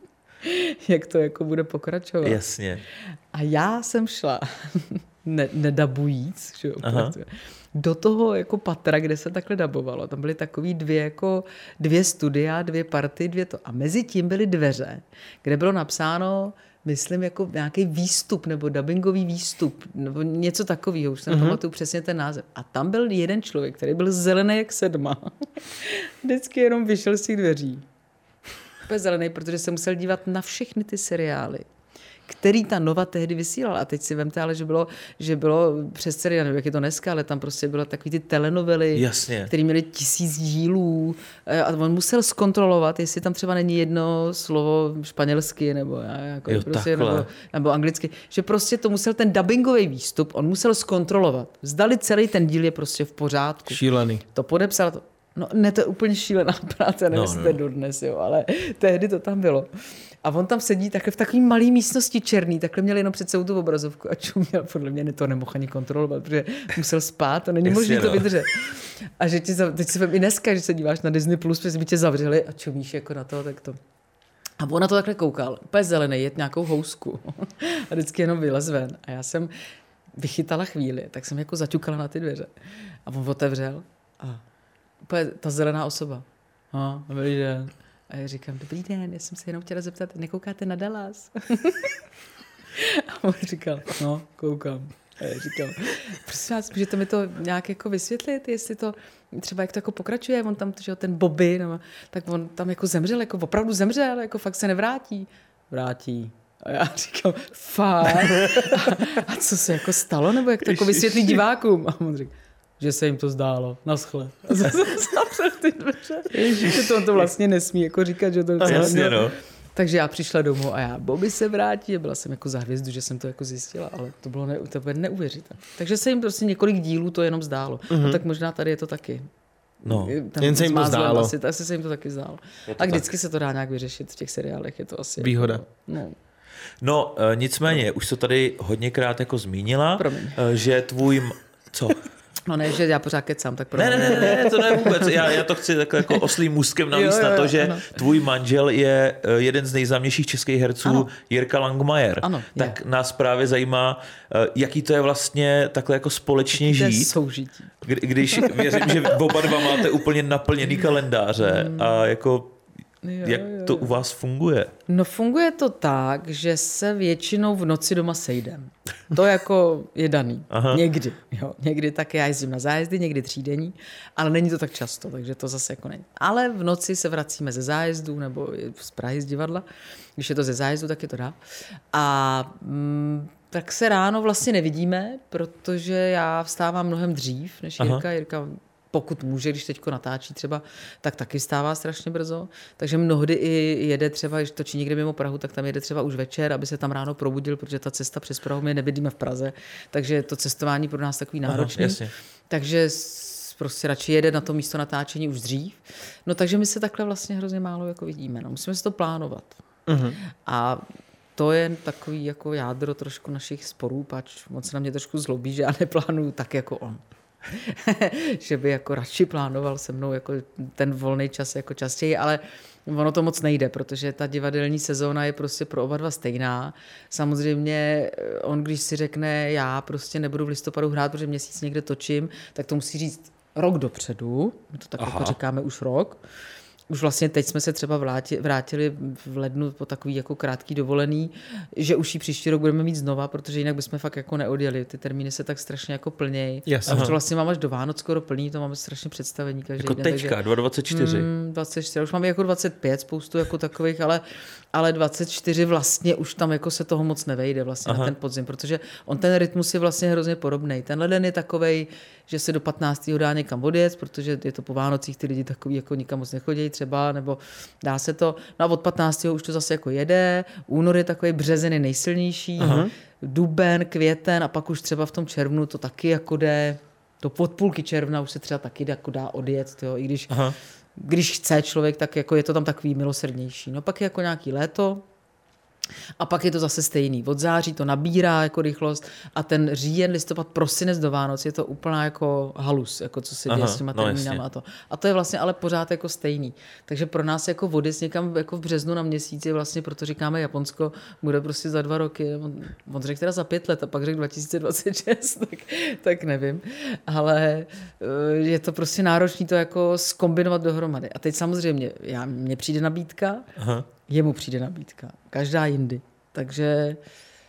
jak to jako bude pokračovat. Jasně. A já jsem šla, ne, nedabujíc, že jo, do toho jako patra, kde se takhle dabovalo. Tam byly takový dvě, jako, dvě studia, dvě party, dvě to. A mezi tím byly dveře, kde bylo napsáno, myslím, jako nějaký výstup nebo dubbingový výstup, nebo něco takového, už se mm-hmm. nepamatuju přesně ten název. A tam byl jeden člověk, který byl zelený jak sedma. Vždycky jenom vyšel z těch dveří. Úplně zelený, protože se musel dívat na všechny ty seriály, který ta Nova tehdy vysílala. A teď si vemte, ale že bylo, že bylo přes celý, já nevím, jak je to dneska, ale tam prostě bylo takový ty telenovely, které měly tisíc dílů a on musel zkontrolovat, jestli tam třeba není jedno slovo španělsky nebo, jako, jo, prostě, nebo, nebo anglicky, že prostě to musel ten dubbingový výstup, on musel zkontrolovat. Zdali celý ten díl je prostě v pořádku. Šílený. To podepsal, to, no ne, to je úplně šílená práce, nevím, jestli to je dodnes, jo, ale tehdy to tam bylo. A on tam sedí takhle v takové malé místnosti černý, takhle měl jenom před celou tu obrazovku a čuměl, podle mě to nemohl ani kontrolovat, protože musel spát, to není možné to vydržet. A že ti, teď se vem i dneska, že se díváš na Disney Plus, protože by tě zavřeli a čumíš jako na to, tak to. A on na to takhle koukal, úplně zelený, jet nějakou housku a vždycky jenom vylez ven. A já jsem vychytala chvíli, tak jsem jako zaťukala na ty dveře. A on otevřel a úplně ta zelená osoba. A, dobrý den. A já říkám, dobrý den, já jsem se jenom chtěla zeptat, nekoukáte na Dallas? A on říkal, no, koukám. A já říkám, prosím vás, můžete mi to nějak jako vysvětlit, jestli to třeba jak to jako pokračuje, on tam, že ten Bobby, no, tak on tam jako zemřel, jako opravdu zemřel, jako fakt se nevrátí. Vrátí. A já říkám, fakt? A, a co se jako stalo, nebo jak to jako vysvětlí divákům? A on říká, že se jim to zdálo, naschle. A zase zavřel ty dveře. Že to on to vlastně nesmí jako říkat, že to Jasně, no. Takže já přišla domů a já, Bobby se vrátí, a byla jsem jako za hvězdu, že jsem to jako zjistila, ale to bylo ne, to bylo neuvěřitelné. Takže se jim prostě několik dílů to jenom zdálo. Mm-hmm. No tak možná tady je to taky. No, Ten jen se jim to zdálo. Asi, asi se jim to taky zdálo. A vždycky tak se to dá nějak vyřešit v těch seriálech, je to asi výhoda. Jako, no. No, e, nicméně, už to tady hodněkrát jako zmínila, e, že tvůj... Co? No ne, že já pořád kecám, tak pro ne, ne, ne, ne, to ne vůbec. Já, já to chci takhle jako oslým můstkem navíc na to, že ano. Tvůj manžel je jeden z nejznámějších českých herců, ano. Jirka Langmajer. Ano, tak je. Nás právě zajímá, jaký to je vlastně takhle jako společně žít. To je soužití. Kdy, když věřím, že oba dva máte úplně naplněný kalendáře a jako... Jo, jak to jo. u vás funguje? No funguje to tak, že se většinou v noci doma sejdem. To jako je daný. Aha. Někdy. Jo. Někdy taky já jezdím na zájezdy, někdy třídenní, ale není to tak často, takže to zase jako není. Ale v noci se vracíme ze zájezdů nebo z Prahy z divadla. Když je to ze zájezdu, tak je to dá. A mm, tak se ráno vlastně nevidíme, protože já vstávám mnohem dřív než Jirka. Aha. Jirka pokud může, když teďko natáčí třeba, tak taky stává strašně brzo. Takže mnohdy i jede třeba, když točí někde mimo Prahu, tak tam jede třeba už večer, aby se tam ráno probudil, protože ta cesta přes Prahu, my nebydlíme v Praze, takže to cestování pro nás takový náročný. Aha, takže prostě radši jede na to místo natáčení už dřív. No takže my se takhle vlastně hrozně málo jako vidíme. No. Musíme si to plánovat. Uh-huh. A to je takový jako jádro trošku našich sporů, pač moc na mě trošku zlobí, že já neplánuju tak jako on. Že by jako radši plánoval se mnou jako ten volný čas jako častěji, ale ono to moc nejde, protože ta divadelní sezóna je prostě pro oba dva stejná. Samozřejmě on, když si řekne, já prostě nebudu v listopadu hrát, protože měsíc někde točím, tak to musí říct rok dopředu, my to tak Aha. jako říkáme už rok. Už vlastně teď jsme se třeba vrátili v lednu po takový jako krátký dovolený, že už ji příští rok budeme mít znova, protože jinak bychom fakt jako neodjeli. Ty termíny se tak strašně jako plnějí. A už to vlastně máme až do Vánoc skoro plný, to máme strašně představení každý jako den. Teďka, takže, dvacet čtyři. Mm, dvacet čtyři, už máme jako dvacet pět, spoustu jako takových, ale, ale dvacet čtyři vlastně už tam jako se toho moc nevejde vlastně Aha. na ten podzim, protože on ten rytmus je vlastně hrozně podobný. Ten leden je takovej, že se do patnáctého dá někam odjet, protože je to po Vánocích, ty lidi takový jako nikam moc nechodí třeba, nebo dá se to. No a od patnáctého už to zase jako jede, únor je takový, březen je nejsilnější, Aha. duben, květen a pak už třeba v tom červnu to taky jako jde, to od půlky června už se třeba taky jako dá odjet, jo, i když, když chce člověk, tak jako je to tam takový milosrdnější. No pak je jako nějaký léto, a pak je to zase stejný. Od září to nabírá jako rychlost a ten říjen, listopad, prosinec do Vánoc je to úplná jako halus, jako co se děje Aha, s těma termínama no a to. A to je vlastně ale pořád jako stejný. Takže pro nás jako odjezd někam jako v březnu na měsíc je vlastně, proto říkáme Japonsko, bude prostě za dva roky. On, on řekl teda za pět let a pak řekl dva tisíce dvacet šest, tak, tak nevím. Ale je to prostě náročný to jako zkombinovat dohromady. A teď samozřejmě, já, mně přijde nabídka, Aha. jemu přijde nabídka. Každá jindy. Takže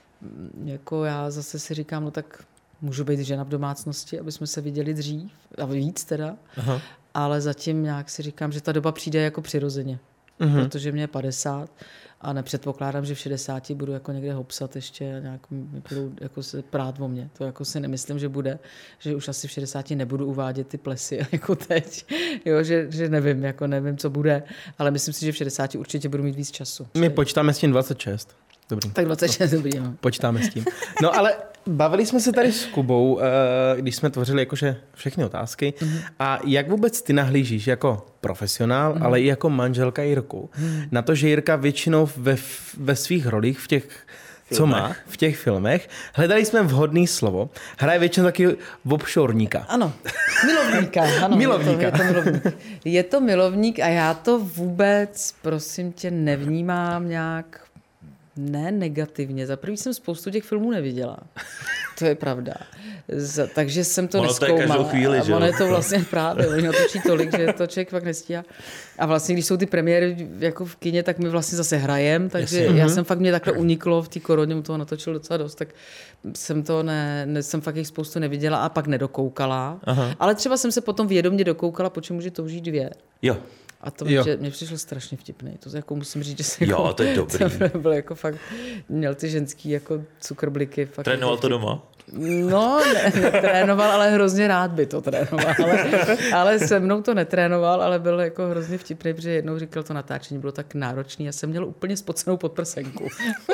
jako já zase si říkám, no tak můžu být žena v domácnosti, aby jsme se viděli dřív a víc teda. Aha. Ale zatím nějak si říkám, že ta doba přijde jako přirozeně. Uh-huh. Protože mě je padesát a nepředpokládám, že v šedesáti budu jako někde hopsat ještě a nějak budou jako se prát o mě. To jako si nemyslím, že bude, že už asi v šedesáti nebudu uvádět ty plesy jako teď. Jo, že, že nevím, jako nevím, co bude, ale myslím si, že v šedesáti určitě budu mít víc času. My počítáme s tím dvacet šest. Dobrý. Tak dvacet šest, no. dobrý, no. Počítáme s tím. No ale Bavili jsme se tady s Kubou, když jsme tvořili jakože všechny otázky. Mm-hmm. A jak vůbec ty nahlížíš jako profesionál, mm-hmm. ale i jako manželka Jirku, mm-hmm. na to, že Jirka většinou ve, ve svých rolích, v těch, filmech. co má, v těch filmech, hledali jsme vhodný slovo, hraje většinou taky obšorníka. Ano, milovníka. Ano, milovníka. Je to, je to milovník. Je to milovník a já to vůbec, prosím tě, nevnímám nějak ne negativně. Za první jsem spoustu těch filmů neviděla. To je pravda. Z, takže jsem to nezkoumala. Chvíli, a ono je to vlastně právě. Oni točí tolik, že to člověk fakt nestíhá. A vlastně, když jsou ty premiéry jako v kině, tak my vlastně zase hrajem, takže Jasně. já jsem fakt, mě takhle uniklo v té koroně, mu toho natočil docela dost, tak jsem to ne, ne jsem fakt jich spoustu neviděla a pak nedokoukala. Aha. Ale třeba jsem se potom vědomě dokoukala, po čem může toužít dvě. Jo. A to mě, mě přišlo strašně vtipný. To jako musím říct, že se jo, jako, to je dobrý. To byl jako fakt, měl ty ženský jako cukrbliky. Fakt trénoval jako to doma? No, ne, netrénoval, ale hrozně rád by to trénoval. Ale, ale se mnou to netrénoval, ale byl jako hrozně vtipný, protože jednou říkal, to natáčení bylo tak náročný. Já jsem měl úplně spocenou podprsenku.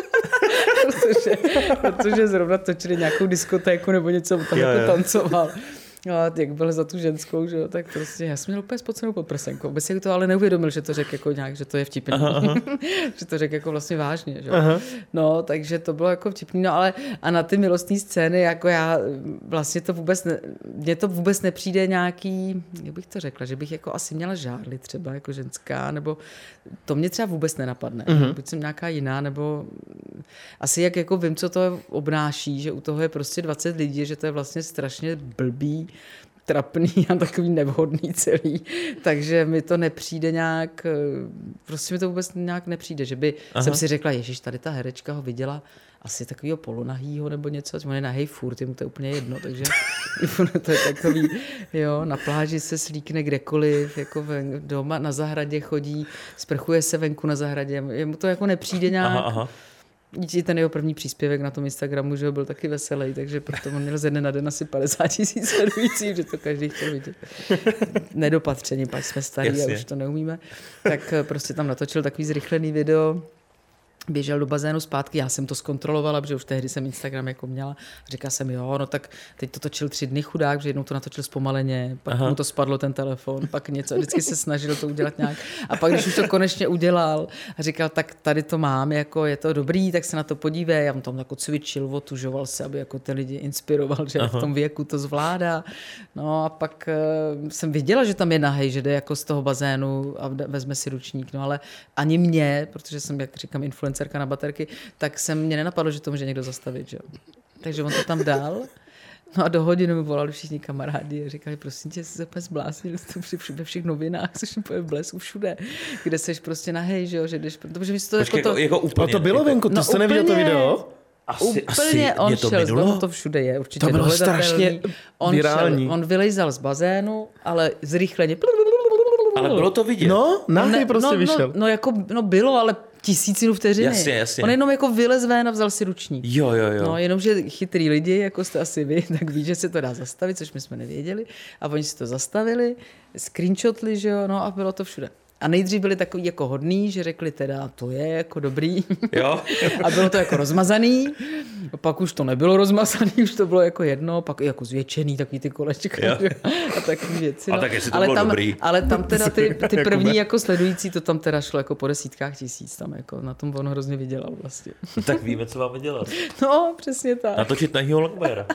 protože, protože zrovna točili nějakou diskotéku nebo něco, tam jo, jako jo. tancoval. No, jak byl za tu ženskou, že jo, tak prostě já jsem měl úplně spocenou podprsenku. Vůbec si to ale neuvědomil, že to řekl jako nějak, že to je vtipný. Aha, aha. Že to řekl jako vlastně vážně, že jo. Aha. No, takže to bylo jako vtipný, no ale a na ty milostné scény, jako já vlastně to vůbec, ne, mně to vůbec nepřijde nějaký, jak bych to řekla, že bych jako asi měla žárlit třeba jako ženská, nebo to mě třeba vůbec nenapadne. Uh-huh. Buď jsem nějaká jiná, nebo asi jak jako vím, co to obnáší, že u toho je prostě dvacet lidí, že to je vlastně strašně blbý, trapný a takový nevhodný celý. Takže mi to nepřijde nějak, prostě mi to vůbec nějak nepřijde, že by Aha. jsem si řekla, ježiš, tady ta herečka ho viděla asi takovýho polonahýho nebo něco, on je nahej furt, jemu to je úplně jedno, takže to je takový, jo, na pláži se slíkne kdekoliv, jako ven, doma na zahradě chodí, sprchuje se venku na zahradě, jemu to jako nepřijde nějak. Aha, aha. I ten jeho první příspěvek na tom Instagramu, že byl taky veselý, takže proto on měl ze dne na den asi padesát tisíc sledujících, že to každý chtěl vidět. Nedopatření, pak jsme starí Jasně. a už to neumíme. Tak prostě tam natočil takový zrychlený video, běžel do bazénu zpátky, já jsem to zkontrolovala, protože už tehdy jsem Instagram jako měla. Říkala jsem, jo, no tak teď to točil tři dny chudák, že jednou to natočil zpomaleně, pak Aha. mu to spadlo ten telefon, pak něco, vždycky se snažil to udělat nějak. A pak, když už to konečně udělal a říkal, tak tady to mám, jako je to dobrý, tak se na to podívej. Já mu tam jako cvičil, otužoval se, aby jako ty lidi inspiroval, že Aha. v tom věku to zvládá. No a pak uh, jsem viděla, že tam je nahej, že jde jako z toho bazénu a vezme si ručník, no ale ani mě, protože jsem, jak říkám, influencer na baterky, tak se mě nenapadlo, že to může někdo zastavit. Že? Takže on to tam dal. No a do hodiny mi volali všichni kamarádi a říkali, prosím tě, jsi se úplně zbláznil, jsi ve všech novinách, jsi úplně v blesku všude, kde jsi prostě nahej, že jo, že jdeš, protože my to Počkej, jako to... Jako úplně, no to bylo jako, venku, to no jste neviděl to video? Asi, úplně asi on je to šel, minulo? to všude je, určitě to bylo strašně on virální. Šel, on vylejzal z bazénu, ale zrychleně. Ale bylo to vidět. No, nahej prostě no, vyšel. No, no, jako, no bylo, ale tisícinu vteřiny. Jasně, jasně. On jenom jako vylez ven a vzal si ručník. Jo, jo, jo. No, jenomže chytrý lidi, jako jste asi vy, tak ví, že se to dá zastavit, což my jsme nevěděli. A oni si to zastavili, screenshotli, že jo, no a bylo to všude. A nejdřív byli takový jako hodný, že řekli teda, to je jako dobrý. Jo. A bylo to jako rozmazaný. A pak už to nebylo rozmazaný, už to bylo jako jedno, pak i jako zvětšený, takový ty kolečka. A takový věci. No. A tak jestli to ale bylo tam, dobrý. Ale tam teda ty, ty první jako sledující, to tam teda šlo jako po desítkách tisíc. Tam jako na tom on hrozně vydělal vlastně. No, tak víme, co máme dělat. No, přesně tak. Natočit nahýho Longbera.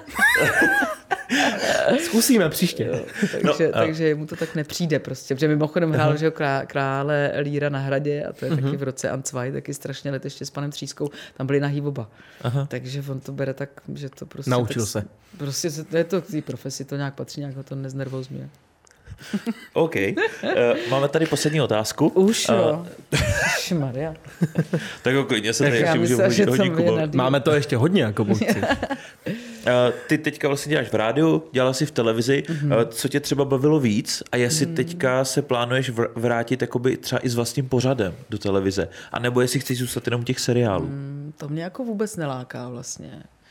Zkusíme příště. Jo, takže, no, takže mu to tak nepřijde prostě, protože mimochodem hrál, že krá, krále Líra na hradě a to je uh-huh. taky v roce Ancvaj, taky strašně let ještě s panem Třískou, tam byli nahý oba. Uh-huh. Takže on to bere tak, že to prostě... Naučil tak, se. Prostě je to k té profesi, to nějak patří, nějak ho to neznervozňuje. OK. Uh, máme tady poslední otázku. Už jo. Uh, Maria. Tak klidně se tady ještě můžeme hodit hodí Kuba. Máme to ještě hodně jako uh, Ty teďka vlastně děláš v rádiu, dělala jsi v televizi. Mm-hmm. Uh, co tě třeba bavilo víc a jestli mm. teďka se plánuješ vrátit jakoby třeba i s vlastním pořadem do televize? A nebo jestli chceš zůstat jenom těch seriálů? Mm, to mě jako vůbec neláká vlastně.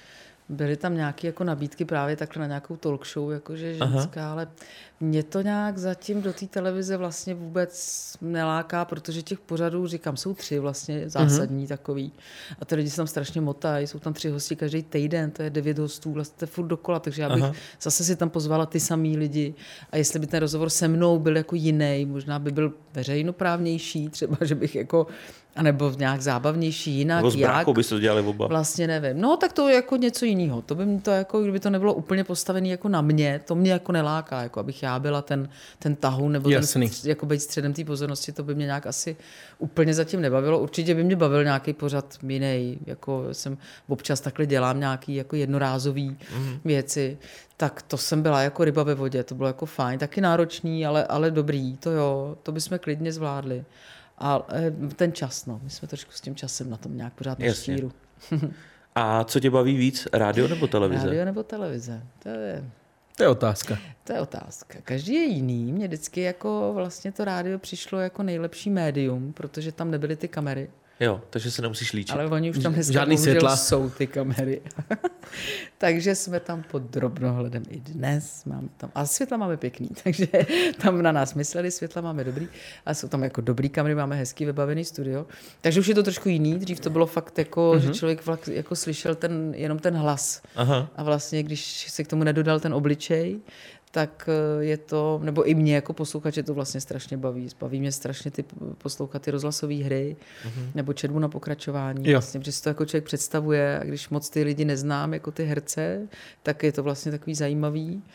Byly tam nějaké jako nabídky právě takhle na nějakou talk show, jakože ženská, Aha. ale mě to nějak zatím do té televize vlastně vůbec neláká, protože těch pořadů, říkám, jsou tři vlastně zásadní mm-hmm. takový. A ty lidi se tam strašně motají, jsou tam tři hosti každý týden, to je devět hostů, vlastně to je furt dokola, takže já bych Aha. zase si tam pozvala ty samý lidi. A jestli by ten rozhovor se mnou byl jako jiný, možná by byl veřejnoprávnější, třeba, že bych jako anebo nějak zábavnější, jinak, nebo s bráchou jak. byste to dělali oba. Vlastně nevím. No tak to je jako něco jiného. To by mě to jako, kdyby to nebylo úplně postavené jako na mě, to mě jako neláká, jako abych já byla ten, ten tahu, nebo Jasný. ten, jako být středem té pozornosti, to by mě nějak asi úplně zatím nebavilo. Určitě by mě bavil nějaký pořad jiný, jako jsem občas takhle dělám nějaký jako jednorázový mm. věci, tak to jsem byla jako ryba ve vodě, to bylo jako fajn, taky náročný, ale, ale dobrý, to jo, to bychom klidně zvládli. A ten čas, no, my jsme trošku s tím časem na tom nějak pořád na štíru. A co tě baví víc, rádio nebo televize? Rádio nebo televize, to je... To je otázka. To je otázka. Každý je jiný. Mně vždycky jako vlastně to rádio přišlo jako nejlepší médium, protože tam nebyly ty kamery. Jo, takže se nemusíš líčit. Ale oni už tam dneska Žádný světla. Jsou ty kamery. Takže jsme tam pod drobnohledem i dnes. Mám tam, a světla máme pěkný, takže tam na nás mysleli, světla máme dobrý. A jsou tam jako dobrý kamery, máme hezký vybavený studio. Takže už je to trošku jiný. Dřív to bylo fakt jako, mm-hmm. že člověk jako slyšel ten, jenom ten hlas. Aha. A vlastně, když se k tomu nedodal ten obličej, tak je to, nebo i mě jako posluchače to vlastně strašně baví. Baví mě strašně ty poslouchat ty rozhlasové hry, uh-huh. nebo četbu na pokračování. Vlastně, protože si to jako člověk představuje a když moc ty lidi neznám, jako ty herce, tak je to vlastně takový zajímavý. Uh,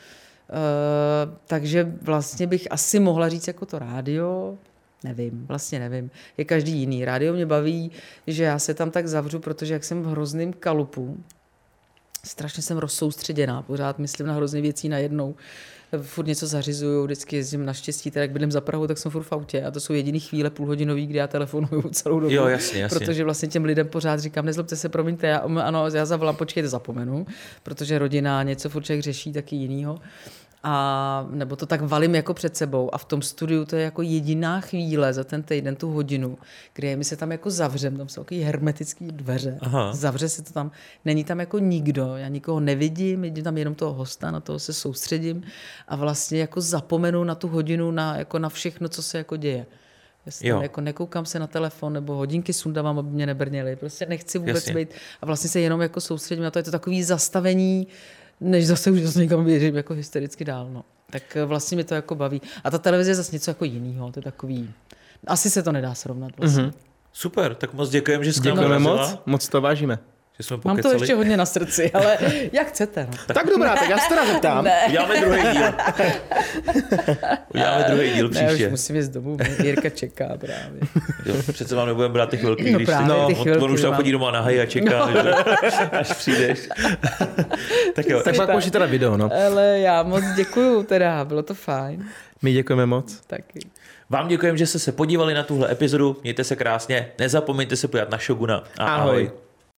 takže vlastně bych asi mohla říct jako to rádio, nevím, vlastně nevím. Je každý jiný. Rádio mě baví, že já se tam tak zavřu, protože jak jsem v hrozném kalupu, strašně jsem rozsoustředěná, pořád myslím na hrozně věcí najednou. Furt něco zařizuju, vždycky jezdím naštěstí, tak jak bydlím za Prahou, tak jsem furt v autě a to jsou jediný chvíle půlhodinový, kdy já telefonuju celou dobu. Jo, jasně, jasně. Protože vlastně těm lidem pořád říkám, nezlobte se, promiňte, já, ano, já zavolám, počkejte, zapomenu, protože rodina něco furt člověk řeší, taky jinýho. A nebo to tak valím jako před sebou a v tom studiu to je jako jediná chvíle za ten týden, tu hodinu, kdy my se tam jako zavřem, tam jsou takový hermetický dveře, Aha. zavře se to tam, není tam jako nikdo, já nikoho nevidím, vidím tam jenom toho hosta, na toho se soustředím a vlastně jako zapomenu na tu hodinu, na, jako na všechno, co se jako děje. Já jako nekoukám se na telefon nebo hodinky sundávám, aby mě nebrněly, prostě nechci vůbec Jasně. být a vlastně se jenom jako soustředím na to, je to takový zastavení, než zase už zase někam běžím jako hystericky dál, no. Tak vlastně mi to jako baví. A ta televize je zase něco jako jinýho, to je takový, asi se to nedá srovnat vlastně. Mm-hmm. Super, tak moc děkujeme, že jste Děkujeme moc, moc to vážíme. Že jsme Mám to ještě hodně na srdci, ale jak chcete. No. Tak, tak dobrá, tak já se teda zeptám. Uděláme druhý díl. Uděláme druhý díl příště. Ne, už musím jít domů, Jirka čeká právě. Jo, přece vám nebudeme brát ty chvilky, no, když právě, no, ty chvilky on už tam mám. chodí doma nahej a čeká, no. že, až přijdeš. Tak jo. Tak pak už teda video, no. Ale já moc děkuju teda, bylo to fajn. My děkujeme moc. Taky. Vám děkujeme, že jste se podívali na tuhle epizodu, mějte se krásně, nezapomeňte se podívat na Šoguna a ahoj. ahoj.